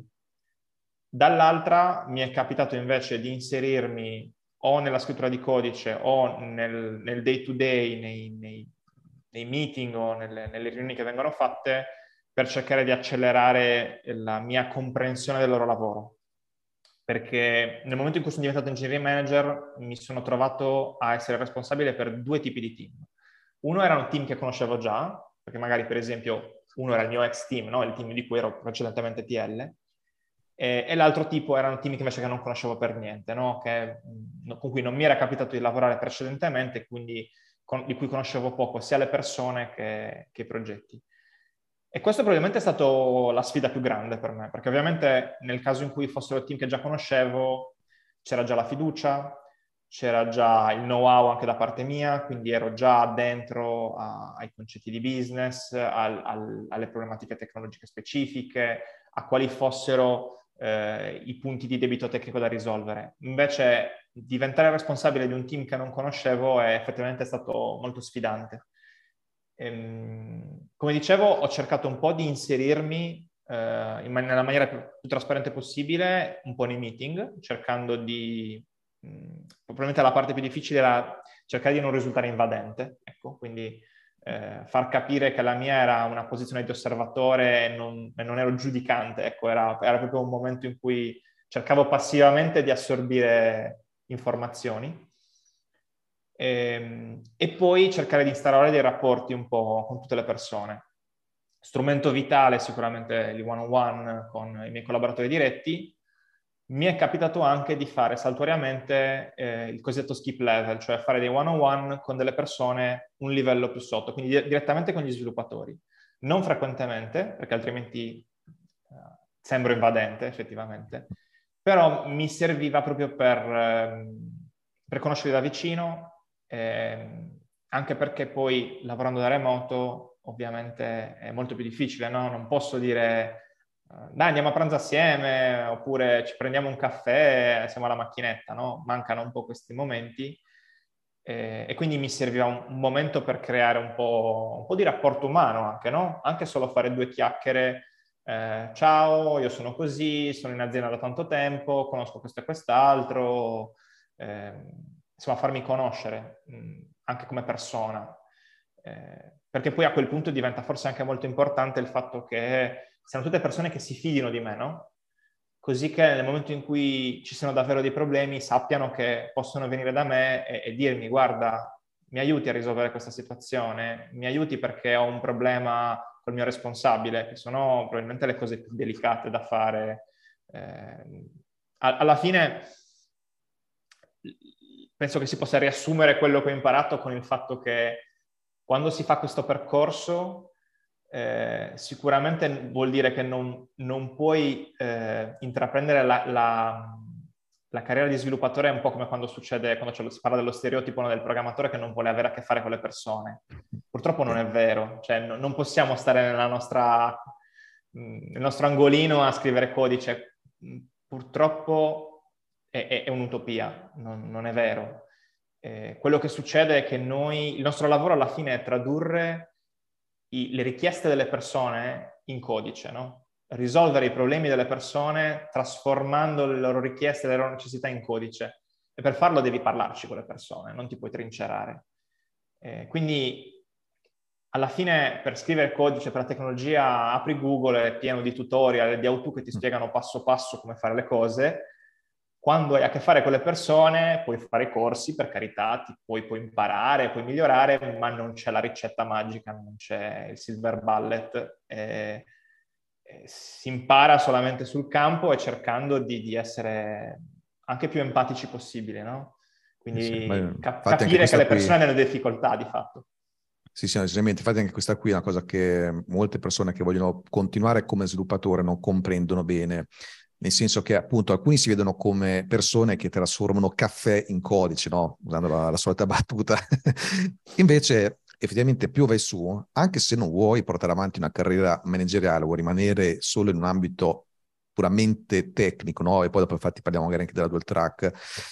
C: Dall'altra mi è capitato invece di inserirmi o nella scrittura di codice o nel, nel day to day, nei, nei, nei meeting o nelle, nelle riunioni che vengono fatte per cercare di accelerare la mia comprensione del loro lavoro. Perché nel momento in cui sono diventato engineering manager mi sono trovato a essere responsabile per due tipi di team. Uno erano team che conoscevo già, perché magari per esempio uno era il mio ex team, no? Il team di cui ero precedentemente T L, e, e l'altro tipo erano team che invece che non conoscevo per niente, no? Che, con cui non mi era capitato di lavorare precedentemente, quindi con, di cui conoscevo poco sia le persone che, che i progetti. E questo probabilmente è stato la sfida più grande per me, perché ovviamente nel caso in cui fossero team che già conoscevo, c'era già la fiducia, c'era già il know-how anche da parte mia, quindi ero già dentro a, ai concetti di business, al, al, alle problematiche tecnologiche specifiche, a quali fossero eh, i punti di debito tecnico da risolvere. Invece diventare responsabile di un team che non conoscevo è effettivamente stato molto sfidante. Ehm, come dicevo, ho cercato un po' di inserirmi eh, in man- nella maniera più, più trasparente possibile, un po' nei meeting, cercando di... Mh, probabilmente la parte più difficile era cercare di non risultare invadente, ecco, quindi eh, far capire che la mia era una posizione di osservatore e non, e non ero giudicante, ecco, era, era proprio un momento in cui cercavo passivamente di assorbire informazioni. E, e poi cercare di instaurare dei rapporti un po' con tutte le persone. Strumento vitale sicuramente il one-on-one con i miei collaboratori diretti. Mi è capitato anche di fare saltuariamente eh, il cosiddetto skip level, cioè fare dei one-on-one con delle persone un livello più sotto, quindi di- direttamente con gli sviluppatori. Non frequentemente, perché altrimenti eh, sembro invadente effettivamente, però mi serviva proprio per, eh, per conoscerli da vicino, eh, anche perché poi lavorando da remoto ovviamente è molto più difficile, no? Non posso dire dai andiamo a pranzo assieme oppure ci prendiamo un caffè, siamo alla macchinetta, no? Mancano un po' questi momenti eh, e quindi mi serviva un, un momento per creare un po', un po' di rapporto umano anche, no? Anche solo fare due chiacchiere, eh, ciao, io sono così, sono in azienda da tanto tempo, conosco questo e quest'altro, eh, insomma farmi conoscere mh, anche come persona. Eh, perché poi a quel punto diventa forse anche molto importante il fatto che siano tutte persone che si fidino di me, no? Così che nel momento in cui ci siano davvero dei problemi sappiano che possono venire da me e, e dirmi guarda, mi aiuti a risolvere questa situazione, mi aiuti perché ho un problema col mio responsabile, che sono probabilmente le cose più delicate da fare. Eh, alla fine penso che si possa riassumere quello che ho imparato con il fatto che quando si fa questo percorso eh, sicuramente vuol dire che non, non puoi eh, intraprendere la, la, la carriera di sviluppatore, un po' come quando succede, quando si parla dello stereotipo, no, del programmatore che non vuole avere a che fare con le persone. Purtroppo non è vero, cioè no, non possiamo stare nella nostra, nel nostro angolino a scrivere codice. Purtroppo è, è, è un'utopia, non, non è vero. Eh, quello che succede è che noi, il nostro lavoro alla fine è tradurre i, le richieste delle persone in codice, no? Risolvere i problemi delle persone trasformando le loro richieste, le loro necessità in codice. E per farlo devi parlarci con le persone, non ti puoi trincerare. Eh, quindi alla fine per scrivere codice per la tecnologia apri Google, è pieno di tutorial, di how-to che ti spiegano passo passo come fare le cose. quando hai a che fare con le persone puoi fare corsi, per carità, ti puoi, puoi imparare, puoi migliorare, ma non c'è la ricetta magica, non c'è il silver bullet. Eh, eh, si impara solamente sul campo e cercando di, di essere anche più empatici possibile, no?
B: Sì, sì, ma
C: Quindi cap-
B: infatti anche
C: capire che
B: questa
C: le
B: qui...
C: persone hanno difficoltà di fatto.
B: Sì, sì, necessariamente. Infatti anche questa qui è una cosa che molte persone che vogliono continuare come sviluppatore non comprendono bene, nel senso che appunto alcuni si vedono come persone che trasformano caffè in codice, no? Usando la, la solita battuta. Invece, effettivamente, più vai su, anche se non vuoi portare avanti una carriera manageriale, vuoi rimanere solo in un ambito puramente tecnico, no? E poi dopo infatti parliamo magari anche della dual track.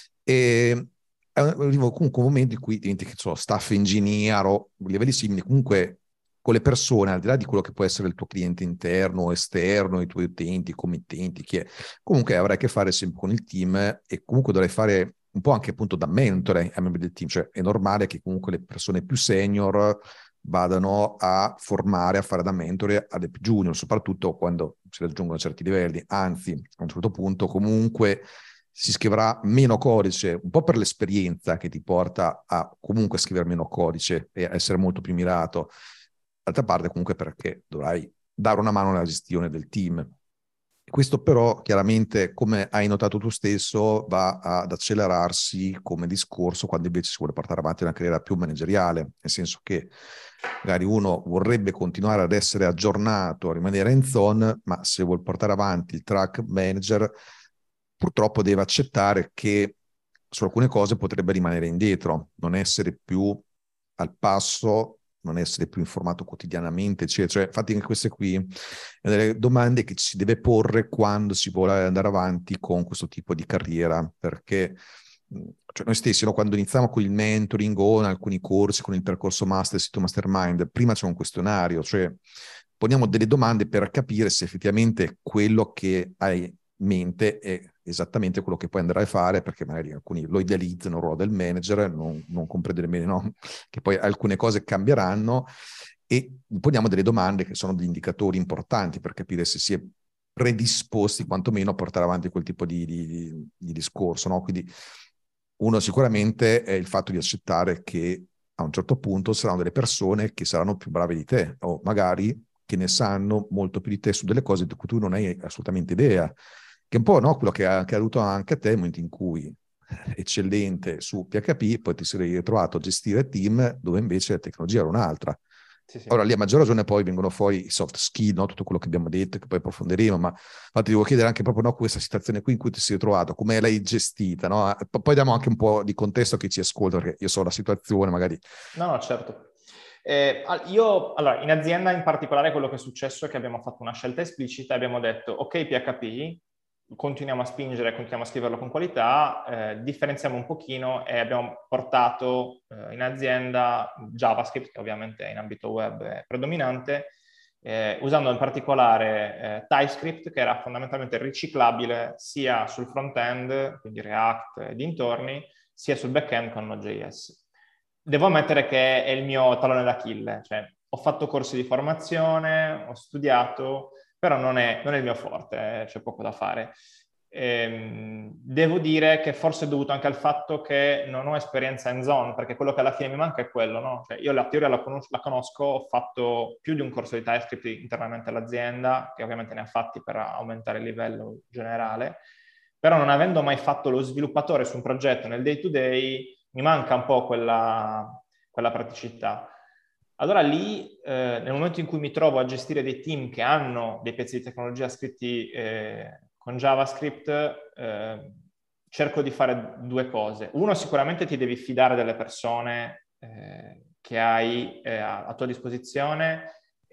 B: E arrivo comunque un momento in cui diventi, che so, staff engineer o livelli simili, comunque con le persone, al di là di quello che può essere il tuo cliente interno o esterno, i tuoi utenti, i committenti, chi è, comunque avrai a che fare sempre con il team e comunque dovrai fare un po' anche appunto da mentore ai membri del team, cioè è normale che comunque le persone più senior vadano a formare, a fare da mentore alle più junior, soprattutto quando si raggiungono certi livelli, anzi a un certo punto comunque si scriverà meno codice, un po' per l'esperienza che ti porta a comunque scrivere meno codice e essere molto più mirato, d'altra parte comunque perché dovrai dare una mano alla gestione del team. Questo però chiaramente, come hai notato tu stesso, va ad accelerarsi come discorso quando invece si vuole portare avanti una carriera più manageriale, nel senso che magari uno vorrebbe continuare ad essere aggiornato, a rimanere in zone, ma se vuol portare avanti il track manager, purtroppo deve accettare che su alcune cose potrebbe rimanere indietro, non essere più al passo, non essere più informato quotidianamente, eccetera. Cioè, infatti anche queste qui sono delle domande che ci si deve porre quando si vuole andare avanti con questo tipo di carriera, perché cioè noi stessi, no, quando iniziamo con il mentoring o in alcuni corsi con il percorso master, sito mastermind, prima c'è un questionario, cioè poniamo delle domande per capire se effettivamente quello che hai in mente è esattamente quello che poi andrai a fare, perché magari alcuni lo idealizzano il ruolo del manager, non, non comprendere bene, no? Che poi alcune cose cambieranno e poniamo delle domande che sono degli indicatori importanti per capire se si è predisposti quantomeno a portare avanti quel tipo di, di, di discorso, no? Quindi uno sicuramente è il fatto di accettare che a un certo punto saranno delle persone che saranno più brave di te o magari che ne sanno molto più di te su delle cose di cui tu non hai assolutamente idea, che è un po', no, quello che è accaduto anche a te nel momento in cui eccellente su P H P, poi ti sei ritrovato a gestire team dove invece la tecnologia era un'altra.
C: Sì, sì.
B: Ora lì a maggior ragione poi vengono fuori i soft skill, no? Tutto quello che abbiamo detto, che poi approfondiremo, ma infatti devo chiedere anche proprio, no, questa situazione qui in cui ti sei trovato, come l'hai gestita, no? Poi diamo anche un po' di contesto a chi ci ascolta, perché io so la situazione, magari...
C: No, no, certo. Eh, io, allora, in azienda in particolare quello che è successo è che abbiamo fatto una scelta esplicita e abbiamo detto, ok P H P, continuiamo a spingere, continuiamo a scriverlo con qualità, eh, differenziamo un pochino e abbiamo portato eh, in azienda JavaScript, che ovviamente in ambito web è predominante, eh, usando in particolare eh, TypeScript, che era fondamentalmente riciclabile sia sul front-end, quindi React e dintorni, sia sul back-end con Node.js. Devo ammettere che è il mio tallone d'Achille, cioè ho fatto corsi di formazione, ho studiato, però non è, non è il mio forte, eh, c'è poco da fare. Ehm, devo dire che forse è dovuto anche al fatto che non ho esperienza in zone, perché quello che alla fine mi manca è quello, no? Cioè io la teoria la, conos- la conosco, ho fatto più di un corso di TypeScript internamente all'azienda, che ovviamente ne ha fatti per aumentare il livello generale, però non avendo mai fatto lo sviluppatore su un progetto nel day to day, mi manca un po' quella, quella praticità. Allora lì, eh, nel momento in cui mi trovo a gestire dei team che hanno dei pezzi di tecnologia scritti eh, con JavaScript, eh, cerco di fare due cose. Uno, sicuramente ti devi fidare delle persone eh, che hai eh, a, a tua disposizione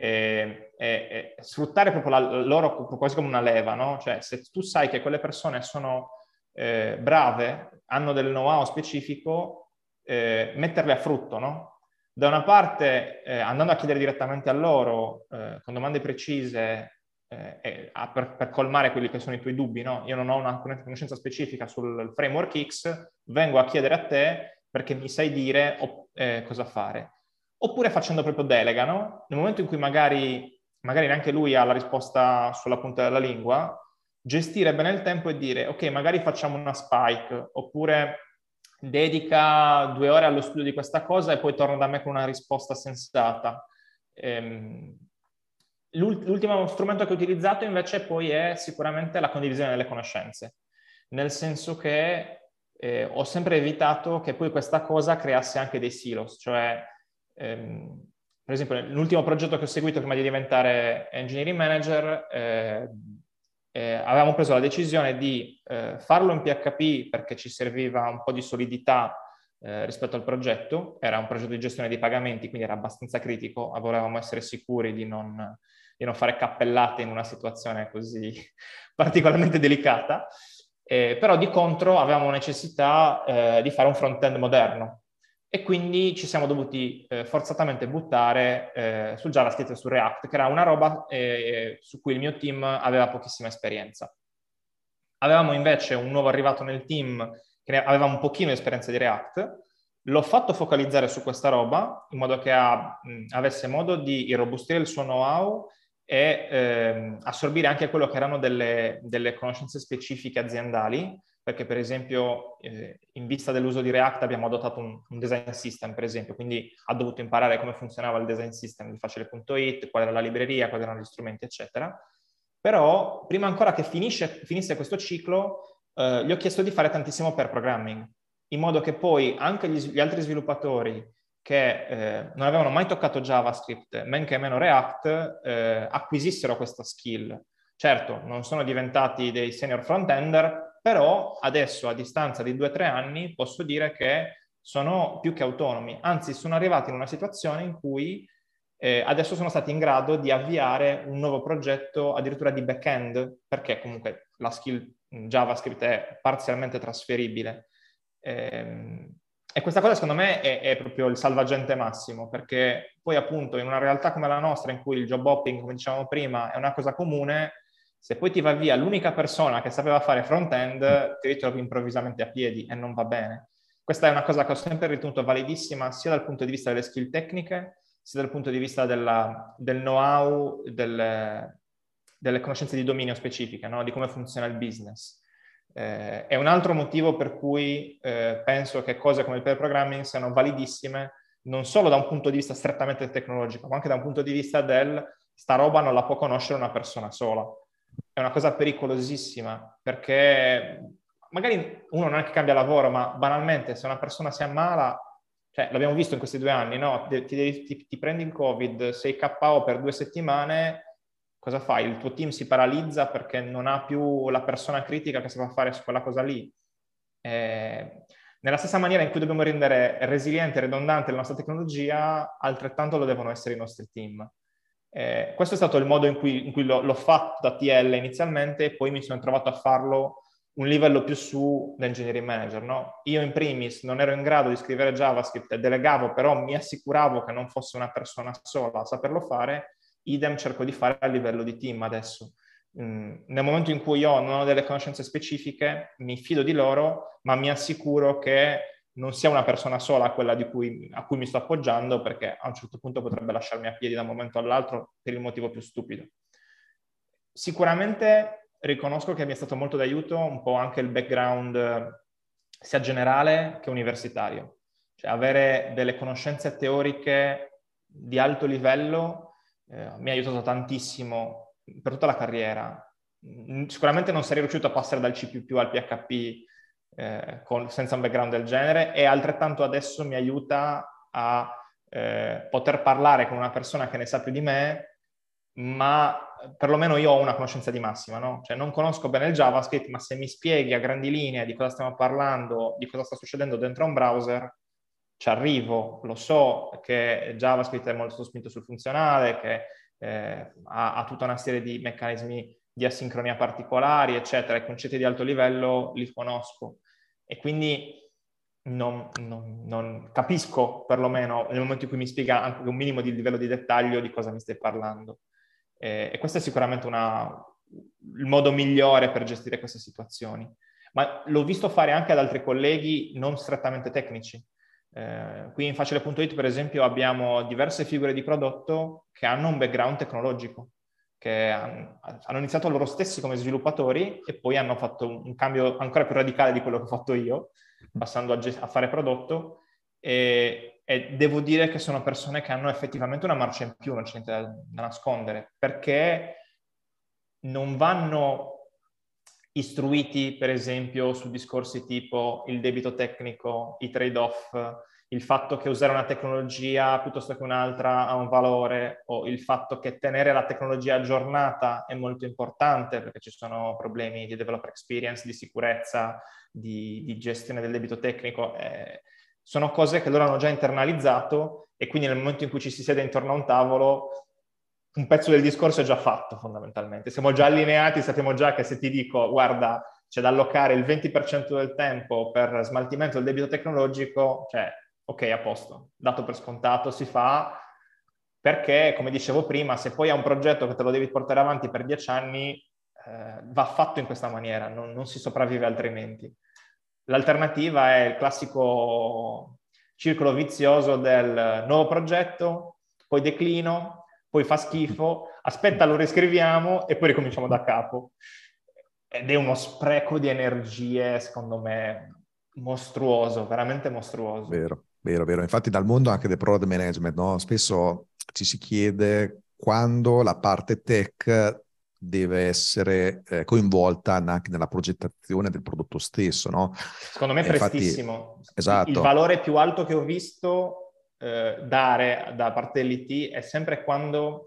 C: e, e, e sfruttare proprio la loro quasi come una leva, no? Cioè, se tu sai che quelle persone sono eh, brave, hanno del know-how specifico, eh, metterle a frutto, no? Da una parte, eh, andando a chiedere direttamente a loro, eh, con domande precise, eh, eh, per, per colmare quelli che sono i tuoi dubbi, no? Io non ho una conoscenza specifica sul framework X, vengo a chiedere a te perché mi sai dire oh, eh, cosa fare. Oppure facendo proprio delega, no? Nel momento in cui magari, magari neanche lui ha la risposta sulla punta della lingua, gestire bene il tempo e dire ok, magari facciamo una spike, oppure dedica due ore allo studio di questa cosa e poi torna da me con una risposta sensata. Ehm, l'ultimo strumento che ho utilizzato invece poi è sicuramente la condivisione delle conoscenze, nel senso che eh, ho sempre evitato che poi questa cosa creasse anche dei silos, cioè ehm, per esempio l'ultimo progetto che ho seguito prima di diventare engineering manager eh, eh, avevamo preso la decisione di eh, farlo in P H P perché ci serviva un po' di solidità eh, rispetto al progetto, era un progetto di gestione dei pagamenti, quindi era abbastanza critico, volevamo essere sicuri di non, di non fare cappellate in una situazione così particolarmente delicata, eh, però di contro avevamo necessità eh, di fare un front-end moderno e quindi ci siamo dovuti eh, forzatamente buttare eh, sul JavaScript e su React, che era una roba eh, su cui il mio team aveva pochissima esperienza. Avevamo invece un nuovo arrivato nel team che aveva un pochino di esperienza di React, l'ho fatto focalizzare su questa roba in modo che ha, mh, avesse modo di irrobustire il suo know-how e eh, assorbire anche quello che erano delle, delle conoscenze specifiche aziendali, perché per esempio eh, in vista dell'uso di React abbiamo adottato un, un design system, per esempio, quindi ha dovuto imparare come funzionava il design system di Facile punto it, qual era la libreria, quali erano gli strumenti, eccetera. Però prima ancora che finisce, finisse questo ciclo, eh, gli ho chiesto di fare tantissimo pair programming, in modo che poi anche gli, gli altri sviluppatori che eh, non avevano mai toccato JavaScript, men che meno React, eh, acquisissero questa skill. Certo, non sono diventati dei senior front-ender, però adesso, a distanza di due o tre anni, posso dire che sono più che autonomi. Anzi, sono arrivati in una situazione in cui eh, adesso sono stati in grado di avviare un nuovo progetto addirittura di back-end, perché comunque la skill JavaScript è parzialmente trasferibile. Eh, e questa cosa secondo me è, è proprio il salvagente massimo, perché poi appunto in una realtà come la nostra, in cui il job hopping, come dicevamo prima, è una cosa comune, se poi ti va via l'unica persona che sapeva fare front-end, ti ritrovi improvvisamente a piedi e non va bene. Questa è una cosa che ho sempre ritenuto validissima sia dal punto di vista delle skill tecniche, sia dal punto di vista della, del know-how, delle, delle conoscenze di dominio specifiche, no? Di come funziona il business. Eh, è un altro motivo per cui eh, penso che cose come il pair programming siano validissime non solo da un punto di vista strettamente tecnologico, ma anche da un punto di vista del sta roba non la può conoscere una persona sola. È una cosa pericolosissima, perché magari uno non è che cambia lavoro, ma banalmente se una persona si ammala, cioè l'abbiamo visto in questi due anni, no? Ti, ti, ti, ti prendi il Covid, sei K O per due settimane, cosa fai? Il tuo team si paralizza perché non ha più la persona critica che sa fare su quella cosa lì. Eh, nella stessa maniera in cui dobbiamo rendere resiliente e ridondante la nostra tecnologia, altrettanto lo devono essere i nostri team. Eh, questo è stato il modo in cui, in cui l'ho, l'ho fatto da T L inizialmente e poi mi sono trovato a farlo un livello più su da engineering manager, no? Io in primis non ero in grado di scrivere JavaScript e delegavo, però mi assicuravo che non fosse una persona sola a saperlo fare. Idem cerco di fare a livello di team adesso. Mm, nel momento in cui io non ho delle conoscenze specifiche, mi fido di loro, ma mi assicuro che non sia una persona sola quella di cui, a cui mi sto appoggiando, perché a un certo punto potrebbe lasciarmi a piedi da un momento all'altro per il motivo più stupido. Sicuramente riconosco che mi è stato molto d'aiuto un po' anche il background sia generale che universitario. Cioè avere delle conoscenze teoriche di alto livello eh, mi ha aiutato tantissimo per tutta la carriera. Sicuramente non sarei riuscito a passare dal C più più al P H P eh, con, senza un background del genere, e altrettanto adesso mi aiuta a eh, poter parlare con una persona che ne sa più di me, ma perlomeno io ho una conoscenza di massima, no? Cioè non conosco bene il JavaScript, ma se mi spieghi a grandi linee di cosa stiamo parlando, di cosa sta succedendo dentro un browser, ci arrivo, lo so che JavaScript è molto spinto sul funzionale, che eh, ha, ha tutta una serie di meccanismi di asincronia particolari, eccetera, i concetti di alto livello li conosco e quindi non, non, non capisco perlomeno nel momento in cui mi spiega anche un minimo di livello di dettaglio di cosa mi stai parlando. Eh, e questo è sicuramente una, il modo migliore per gestire queste situazioni. Ma l'ho visto fare anche ad altri colleghi non strettamente tecnici. Eh, qui in Facile punto it, per esempio, abbiamo diverse figure di prodotto che hanno un background tecnologico, che hanno, hanno iniziato loro stessi come sviluppatori e poi hanno fatto un, un cambio ancora più radicale di quello che ho fatto io, passando a, gest- a fare prodotto, e, e devo dire che sono persone che hanno effettivamente una marcia in più, non c'è niente da, da nascondere, perché non vanno istruiti, per esempio, su discorsi tipo il debito tecnico, i trade-off, il fatto che usare una tecnologia piuttosto che un'altra ha un valore, o il fatto che tenere la tecnologia aggiornata è molto importante perché ci sono problemi di developer experience, di sicurezza, di, di gestione del debito tecnico. Eh, sono cose che loro hanno già internalizzato e quindi nel momento in cui ci si siede intorno a un tavolo un pezzo del discorso è già fatto fondamentalmente. Siamo già allineati, sappiamo già che se ti dico guarda c'è da allocare il venti per cento del tempo per smaltimento del debito tecnologico, cioè ok, a posto, dato per scontato, si fa, perché come dicevo prima, se poi hai un progetto che te lo devi portare avanti per dieci anni, eh, va fatto in questa maniera, non, non si sopravvive altrimenti. L'alternativa è il classico circolo vizioso del nuovo progetto, poi declino, poi fa schifo, aspetta lo riscriviamo e poi ricominciamo da capo. Ed è uno spreco di energie, secondo me, mostruoso, veramente mostruoso.
B: Vero, vero, vero. Infatti dal mondo anche del product management, no? Spesso ci si chiede quando la parte tech deve essere eh, coinvolta anche nella progettazione del prodotto stesso, no?
C: Secondo me
B: E infatti,
C: prestissimo.
B: esatto.
C: Il valore più alto che ho visto eh, dare da parte dell'I T è sempre quando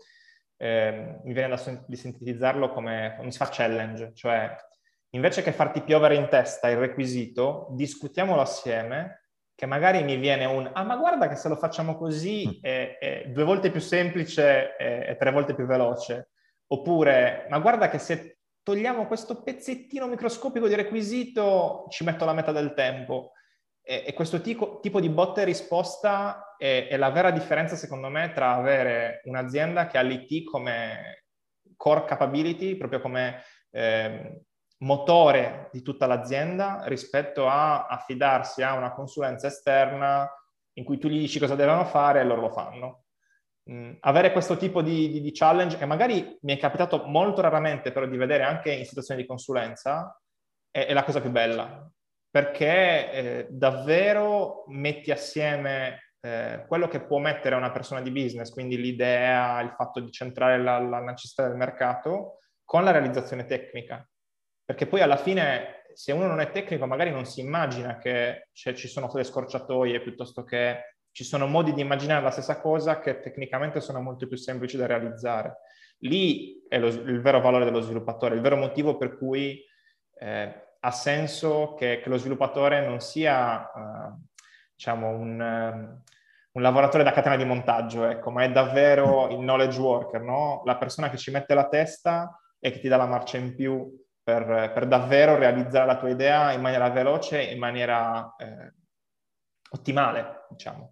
C: eh, mi viene da di sintetizzarlo come mi si fa challenge, cioè invece che farti piovere in testa il requisito, discutiamolo assieme, che magari mi viene un ah ma guarda che se lo facciamo così è, è due volte più semplice e, e tre volte più veloce, oppure ma guarda che se togliamo questo pezzettino microscopico di requisito ci metto la metà del tempo. E, e questo tipo, tipo di botta e risposta è, è la vera differenza, secondo me, tra avere un'azienda che ha l'I T come core capability, proprio come eh, motore di tutta l'azienda, rispetto a affidarsi a una consulenza esterna in cui tu gli dici cosa devono fare e loro lo fanno. Mm, avere questo tipo di, di, di challenge, che magari mi è capitato molto raramente però di vedere anche in situazioni di consulenza, è, è la cosa più bella, perché eh, davvero metti assieme eh, quello che può mettere una persona di business, quindi l'idea, il fatto di centrare la, la necessità del mercato, con la realizzazione tecnica. Perché poi alla fine, se uno non è tecnico, magari non si immagina che cioè, ci sono delle scorciatoie, piuttosto che ci sono modi di immaginare la stessa cosa che tecnicamente sono molto più semplici da realizzare. Lì è lo, il vero valore dello sviluppatore, il vero motivo per cui eh, ha senso che, che lo sviluppatore non sia uh, diciamo un, um, un lavoratore da catena di montaggio, ecco, ma è davvero il knowledge worker, no? La persona che ci mette la testa e che ti dà la marcia in più per, per davvero realizzare la tua idea in maniera veloce e in maniera eh, ottimale, diciamo.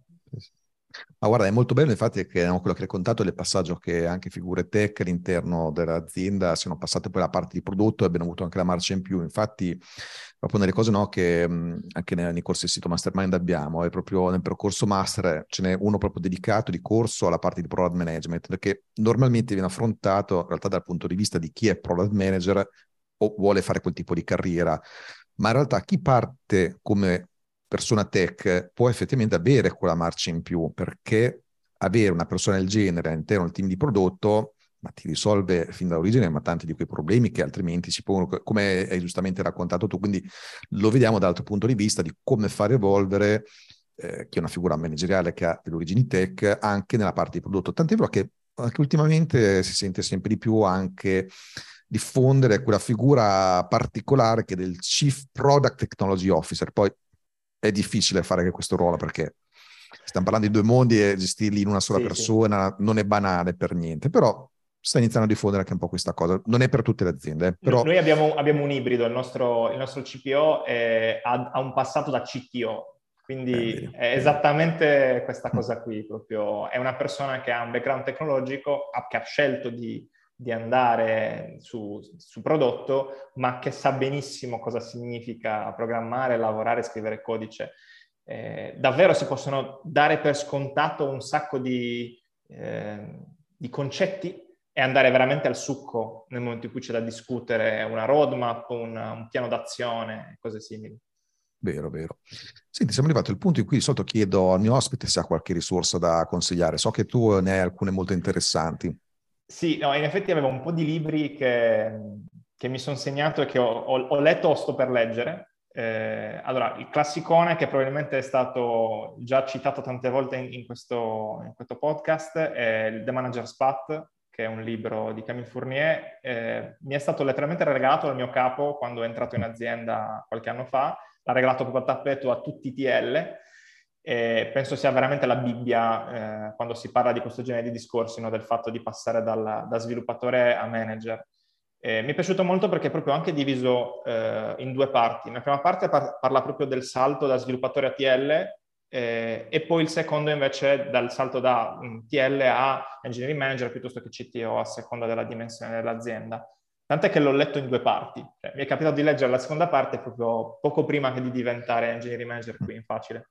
B: Ma guarda, è molto bello infatti che no, quello che hai raccontato è il passaggio che anche figure tech all'interno dell'azienda siano passate poi la parte di prodotto e abbiano avuto anche la marcia in più. Infatti, proprio nelle cose no, che mh, anche nei, nei corsi del sito Mastermind abbiamo, è proprio nel percorso master ce n'è uno proprio dedicato di corso alla parte di product management, perché normalmente viene affrontato in realtà dal punto di vista di chi è product manager o vuole fare quel tipo di carriera, ma in realtà chi parte come persona tech può effettivamente avere quella marcia in più, perché avere una persona del genere all'interno del team di prodotto ma ti risolve fin dall'origine ma tanti di quei problemi che altrimenti si pongono, come hai giustamente raccontato tu. Quindi lo vediamo dall'altro punto di vista di come fare evolvere eh, chi è una figura manageriale che ha delle origini tech anche nella parte di prodotto. Tant'è vero che anche ultimamente si sente sempre di più anche diffondere quella figura particolare che è del Chief Product Technology Officer. Poi è difficile fare questo ruolo perché stiamo parlando di due mondi e gestirli in una sola
C: sì,
B: persona sì. Non è banale per niente, però sta iniziando a diffondere anche un po' questa cosa. Non è per tutte le aziende, eh, però...
C: Noi abbiamo, abbiamo un ibrido, il nostro, il nostro C P O è, ha, ha un passato da C T O, quindi
B: eh,
C: è esattamente questa cosa qui, proprio è una persona che ha un background tecnologico, che ha scelto di, di andare su, su prodotto, ma che sa benissimo cosa significa programmare, lavorare, scrivere codice. Eh, davvero si possono dare per scontato un sacco di, eh, di concetti e andare veramente al succo nel momento in cui c'è da discutere una roadmap, un, un piano d'azione, cose simili.
B: Vero, vero. Senti, siamo arrivati al punto in cui di solito chiedo al mio ospite se ha qualche risorsa da consigliare. So che tu ne hai alcune molto interessanti.
C: Sì, no, in effetti avevo un po' di libri che, che mi sono segnato e che ho, ho, ho letto o sto per leggere. Eh, allora, il classicone che probabilmente è stato già citato tante volte in, in, questo, in questo podcast è il The Manager's Path, che è un libro di Camille Fournier. Eh, mi è stato letteralmente regalato dal mio capo quando è entrato in azienda qualche anno fa. L'ha regalato proprio a tappeto a tutti i T L e penso sia veramente la Bibbia eh, quando si parla di questo genere di discorsi, no? Del fatto di passare dal, da sviluppatore a manager. Eh, mi è piaciuto molto perché è proprio anche diviso eh, in due parti. La prima parte par- parla proprio del salto da sviluppatore a T L eh, e poi il secondo invece dal salto da um, T L a engineering manager piuttosto che C T O a seconda della dimensione dell'azienda. Tant'è che l'ho letto in due parti. Cioè, mi è capitato di leggere la seconda parte proprio poco prima che di diventare engineering manager qui in Facile.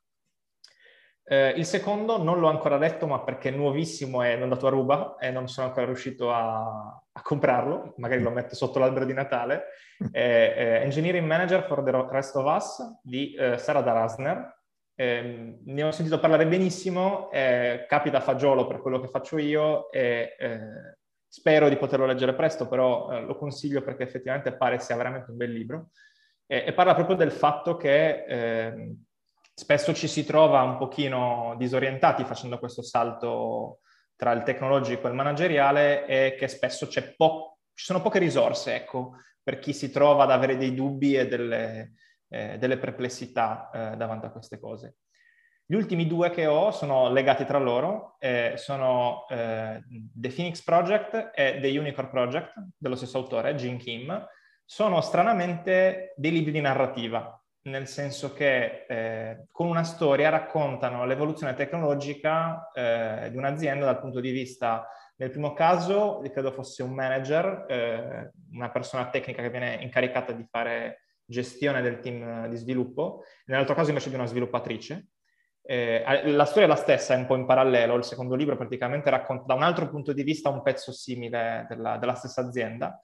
C: Eh, il secondo non l'ho ancora letto, ma perché è nuovissimo e non dato a ruba e non sono ancora riuscito a, a comprarlo. Magari lo metto sotto l'albero di Natale. È, è Engineering Manager for the Rest of Us di eh, Sarah Darasner. Eh, ne ho sentito parlare benissimo, eh, capita a fagiolo per quello che faccio io e eh, spero di poterlo leggere presto, però eh, lo consiglio perché effettivamente pare sia veramente un bel libro. E, e parla proprio del fatto che eh, spesso ci si trova un pochino disorientati facendo questo salto tra il tecnologico e il manageriale e che spesso c'è po- ci sono poche risorse, ecco, per chi si trova ad avere dei dubbi e delle, eh, delle perplessità eh, davanti a queste cose. Gli ultimi due che ho sono legati tra loro, eh, sono eh, The Phoenix Project e The Unicorn Project, dello stesso autore, Gene Kim. Sono stranamente dei libri di narrativa, nel senso che eh, con una storia raccontano l'evoluzione tecnologica eh, di un'azienda dal punto di vista, nel primo caso, credo fosse un manager, eh, una persona tecnica che viene incaricata di fare gestione del team di sviluppo, nell'altro caso invece di una sviluppatrice. Eh, la storia è la stessa, è un po' in parallelo, il secondo libro praticamente racconta da un altro punto di vista un pezzo simile della, della stessa azienda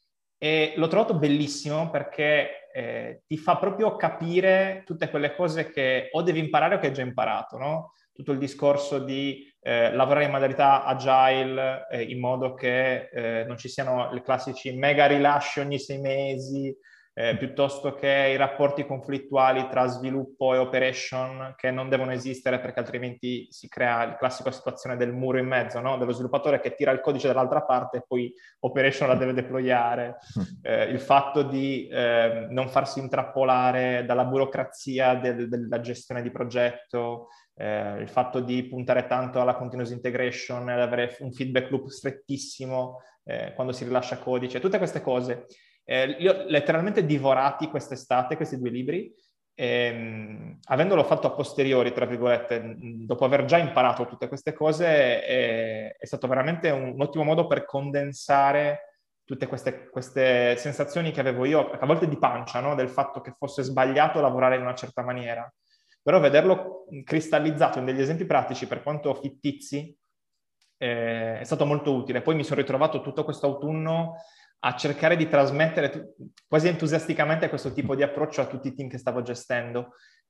C: e l'ho trovato bellissimo perché eh, ti fa proprio capire tutte quelle cose che o devi imparare o che hai già imparato, no? Tutto il discorso di eh, lavorare in modalità agile eh, in modo che eh, non ci siano i classici mega rilasci ogni sei mesi, Eh, piuttosto che i rapporti conflittuali tra sviluppo e operation che non devono esistere perché altrimenti si crea la classica situazione del muro in mezzo, no? Dello sviluppatore che tira il codice dall'altra parte e poi operation la deve deployare. Eh, il fatto di eh, non farsi intrappolare dalla burocrazia del, della gestione di progetto, eh, il fatto di puntare tanto alla continuous integration, ad avere un feedback loop strettissimo eh, quando si rilascia codice, tutte queste cose. Eh, li ho letteralmente divorati quest'estate, questi due libri, ehm, avendolo fatto a posteriori, tra virgolette, dopo aver già imparato tutte queste cose, è, è stato veramente un, un ottimo modo per condensare tutte queste, queste sensazioni che avevo io, a volte di pancia, no? Del fatto che fosse sbagliato lavorare in una certa maniera. Però vederlo cristallizzato in degli esempi pratici, per quanto fittizi, eh, è stato molto utile. Poi mi sono ritrovato tutto questo autunno a cercare di trasmettere t- quasi entusiasticamente questo tipo di approccio a tutti i team che stavo gestendo,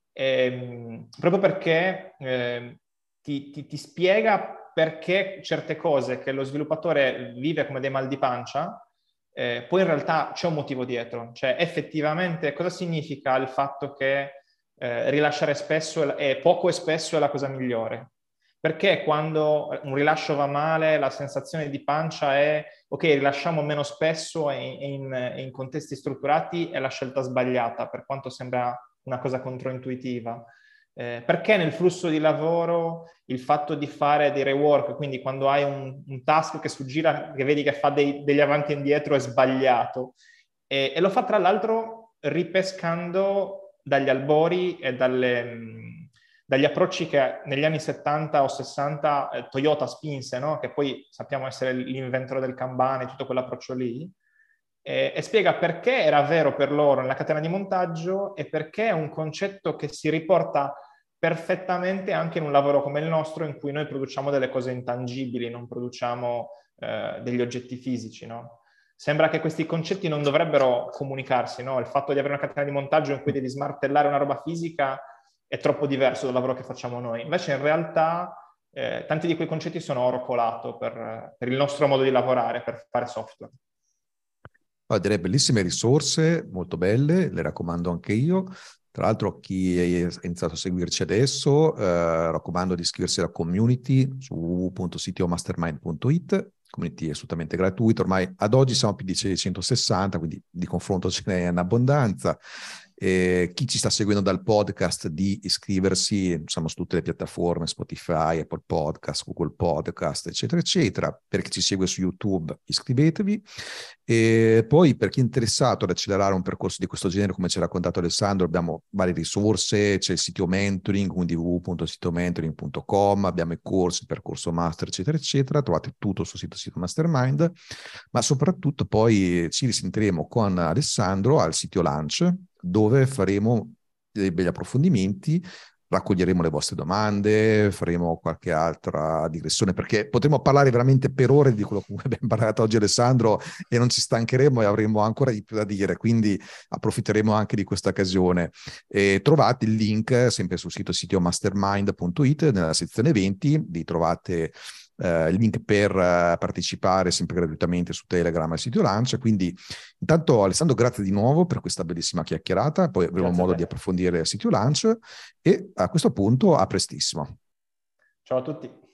C: e, proprio perché eh, ti, ti, ti spiega perché certe cose che lo sviluppatore vive come dei mal di pancia, eh, poi in realtà c'è un motivo dietro. Cioè effettivamente cosa significa il fatto che eh, rilasciare spesso è, è poco e spesso è la cosa migliore? Perché quando un rilascio va male la sensazione di pancia è ok, rilasciamo meno spesso e in, in, in contesti strutturati è la scelta sbagliata, per quanto sembra una cosa controintuitiva. Eh, perché nel flusso di lavoro il fatto di fare dei rework, quindi quando hai un, un task che suggira, che vedi che fa dei, degli avanti e indietro, è sbagliato. E, e lo fa tra l'altro ripescando dagli albori e dalle... dagli approcci che negli anni settanta o sessanta eh, Toyota spinse, no? Che poi sappiamo essere l'inventore del Kanban e tutto quell'approccio lì, e, e spiega perché era vero per loro nella catena di montaggio e perché è un concetto che si riporta perfettamente anche in un lavoro come il nostro in cui noi produciamo delle cose intangibili, non produciamo eh, degli oggetti fisici, no? Sembra che questi concetti non dovrebbero comunicarsi, no? Il fatto di avere una catena di montaggio in cui devi smartellare una roba fisica è troppo diverso dal lavoro che facciamo noi. Invece in realtà eh, tanti di quei concetti sono oro colato per, per il nostro modo di lavorare, per fare software.
B: Ho delle bellissime risorse, molto belle, le raccomando anche io. Tra l'altro chi è iniziato a seguirci adesso, eh, raccomando di iscriversi alla community su w w w punto c t o mastermind punto i t. Community è assolutamente gratuito, ormai ad oggi siamo più di seicentosessanta, quindi di confronto ce n'è in abbondanza. Eh, chi ci sta seguendo dal podcast di iscriversi, siamo su tutte le piattaforme, Spotify, Apple Podcast, Google Podcast, eccetera, eccetera. Per chi ci segue su YouTube, iscrivetevi. E poi per chi è interessato ad accelerare un percorso di questo genere, come ci ha raccontato Alessandro, abbiamo varie risorse, c'è il sito mentoring, quindi w w w punto sito mentoring punto com, abbiamo i corsi, il percorso master, eccetera, eccetera, trovate tutto sul sito Sito Mastermind, ma soprattutto poi ci risentiremo con Alessandro al sito Launch, dove faremo dei begli approfondimenti, raccoglieremo le vostre domande, faremo qualche altra digressione, perché potremo parlare veramente per ore di quello che abbiamo parlato oggi Alessandro e non ci stancheremo e avremo ancora di più da dire, quindi approfitteremo anche di questa occasione. E trovate il link sempre sul sito sito mastermind punto i t, nella sezione eventi, lì trovate Uh, il link per uh, partecipare sempre gratuitamente su Telegram al sito Launch. Quindi intanto Alessandro, grazie di nuovo per questa bellissima chiacchierata, poi avremo modo di approfondire il sito Launch e a questo punto a prestissimo.
C: Ciao a tutti.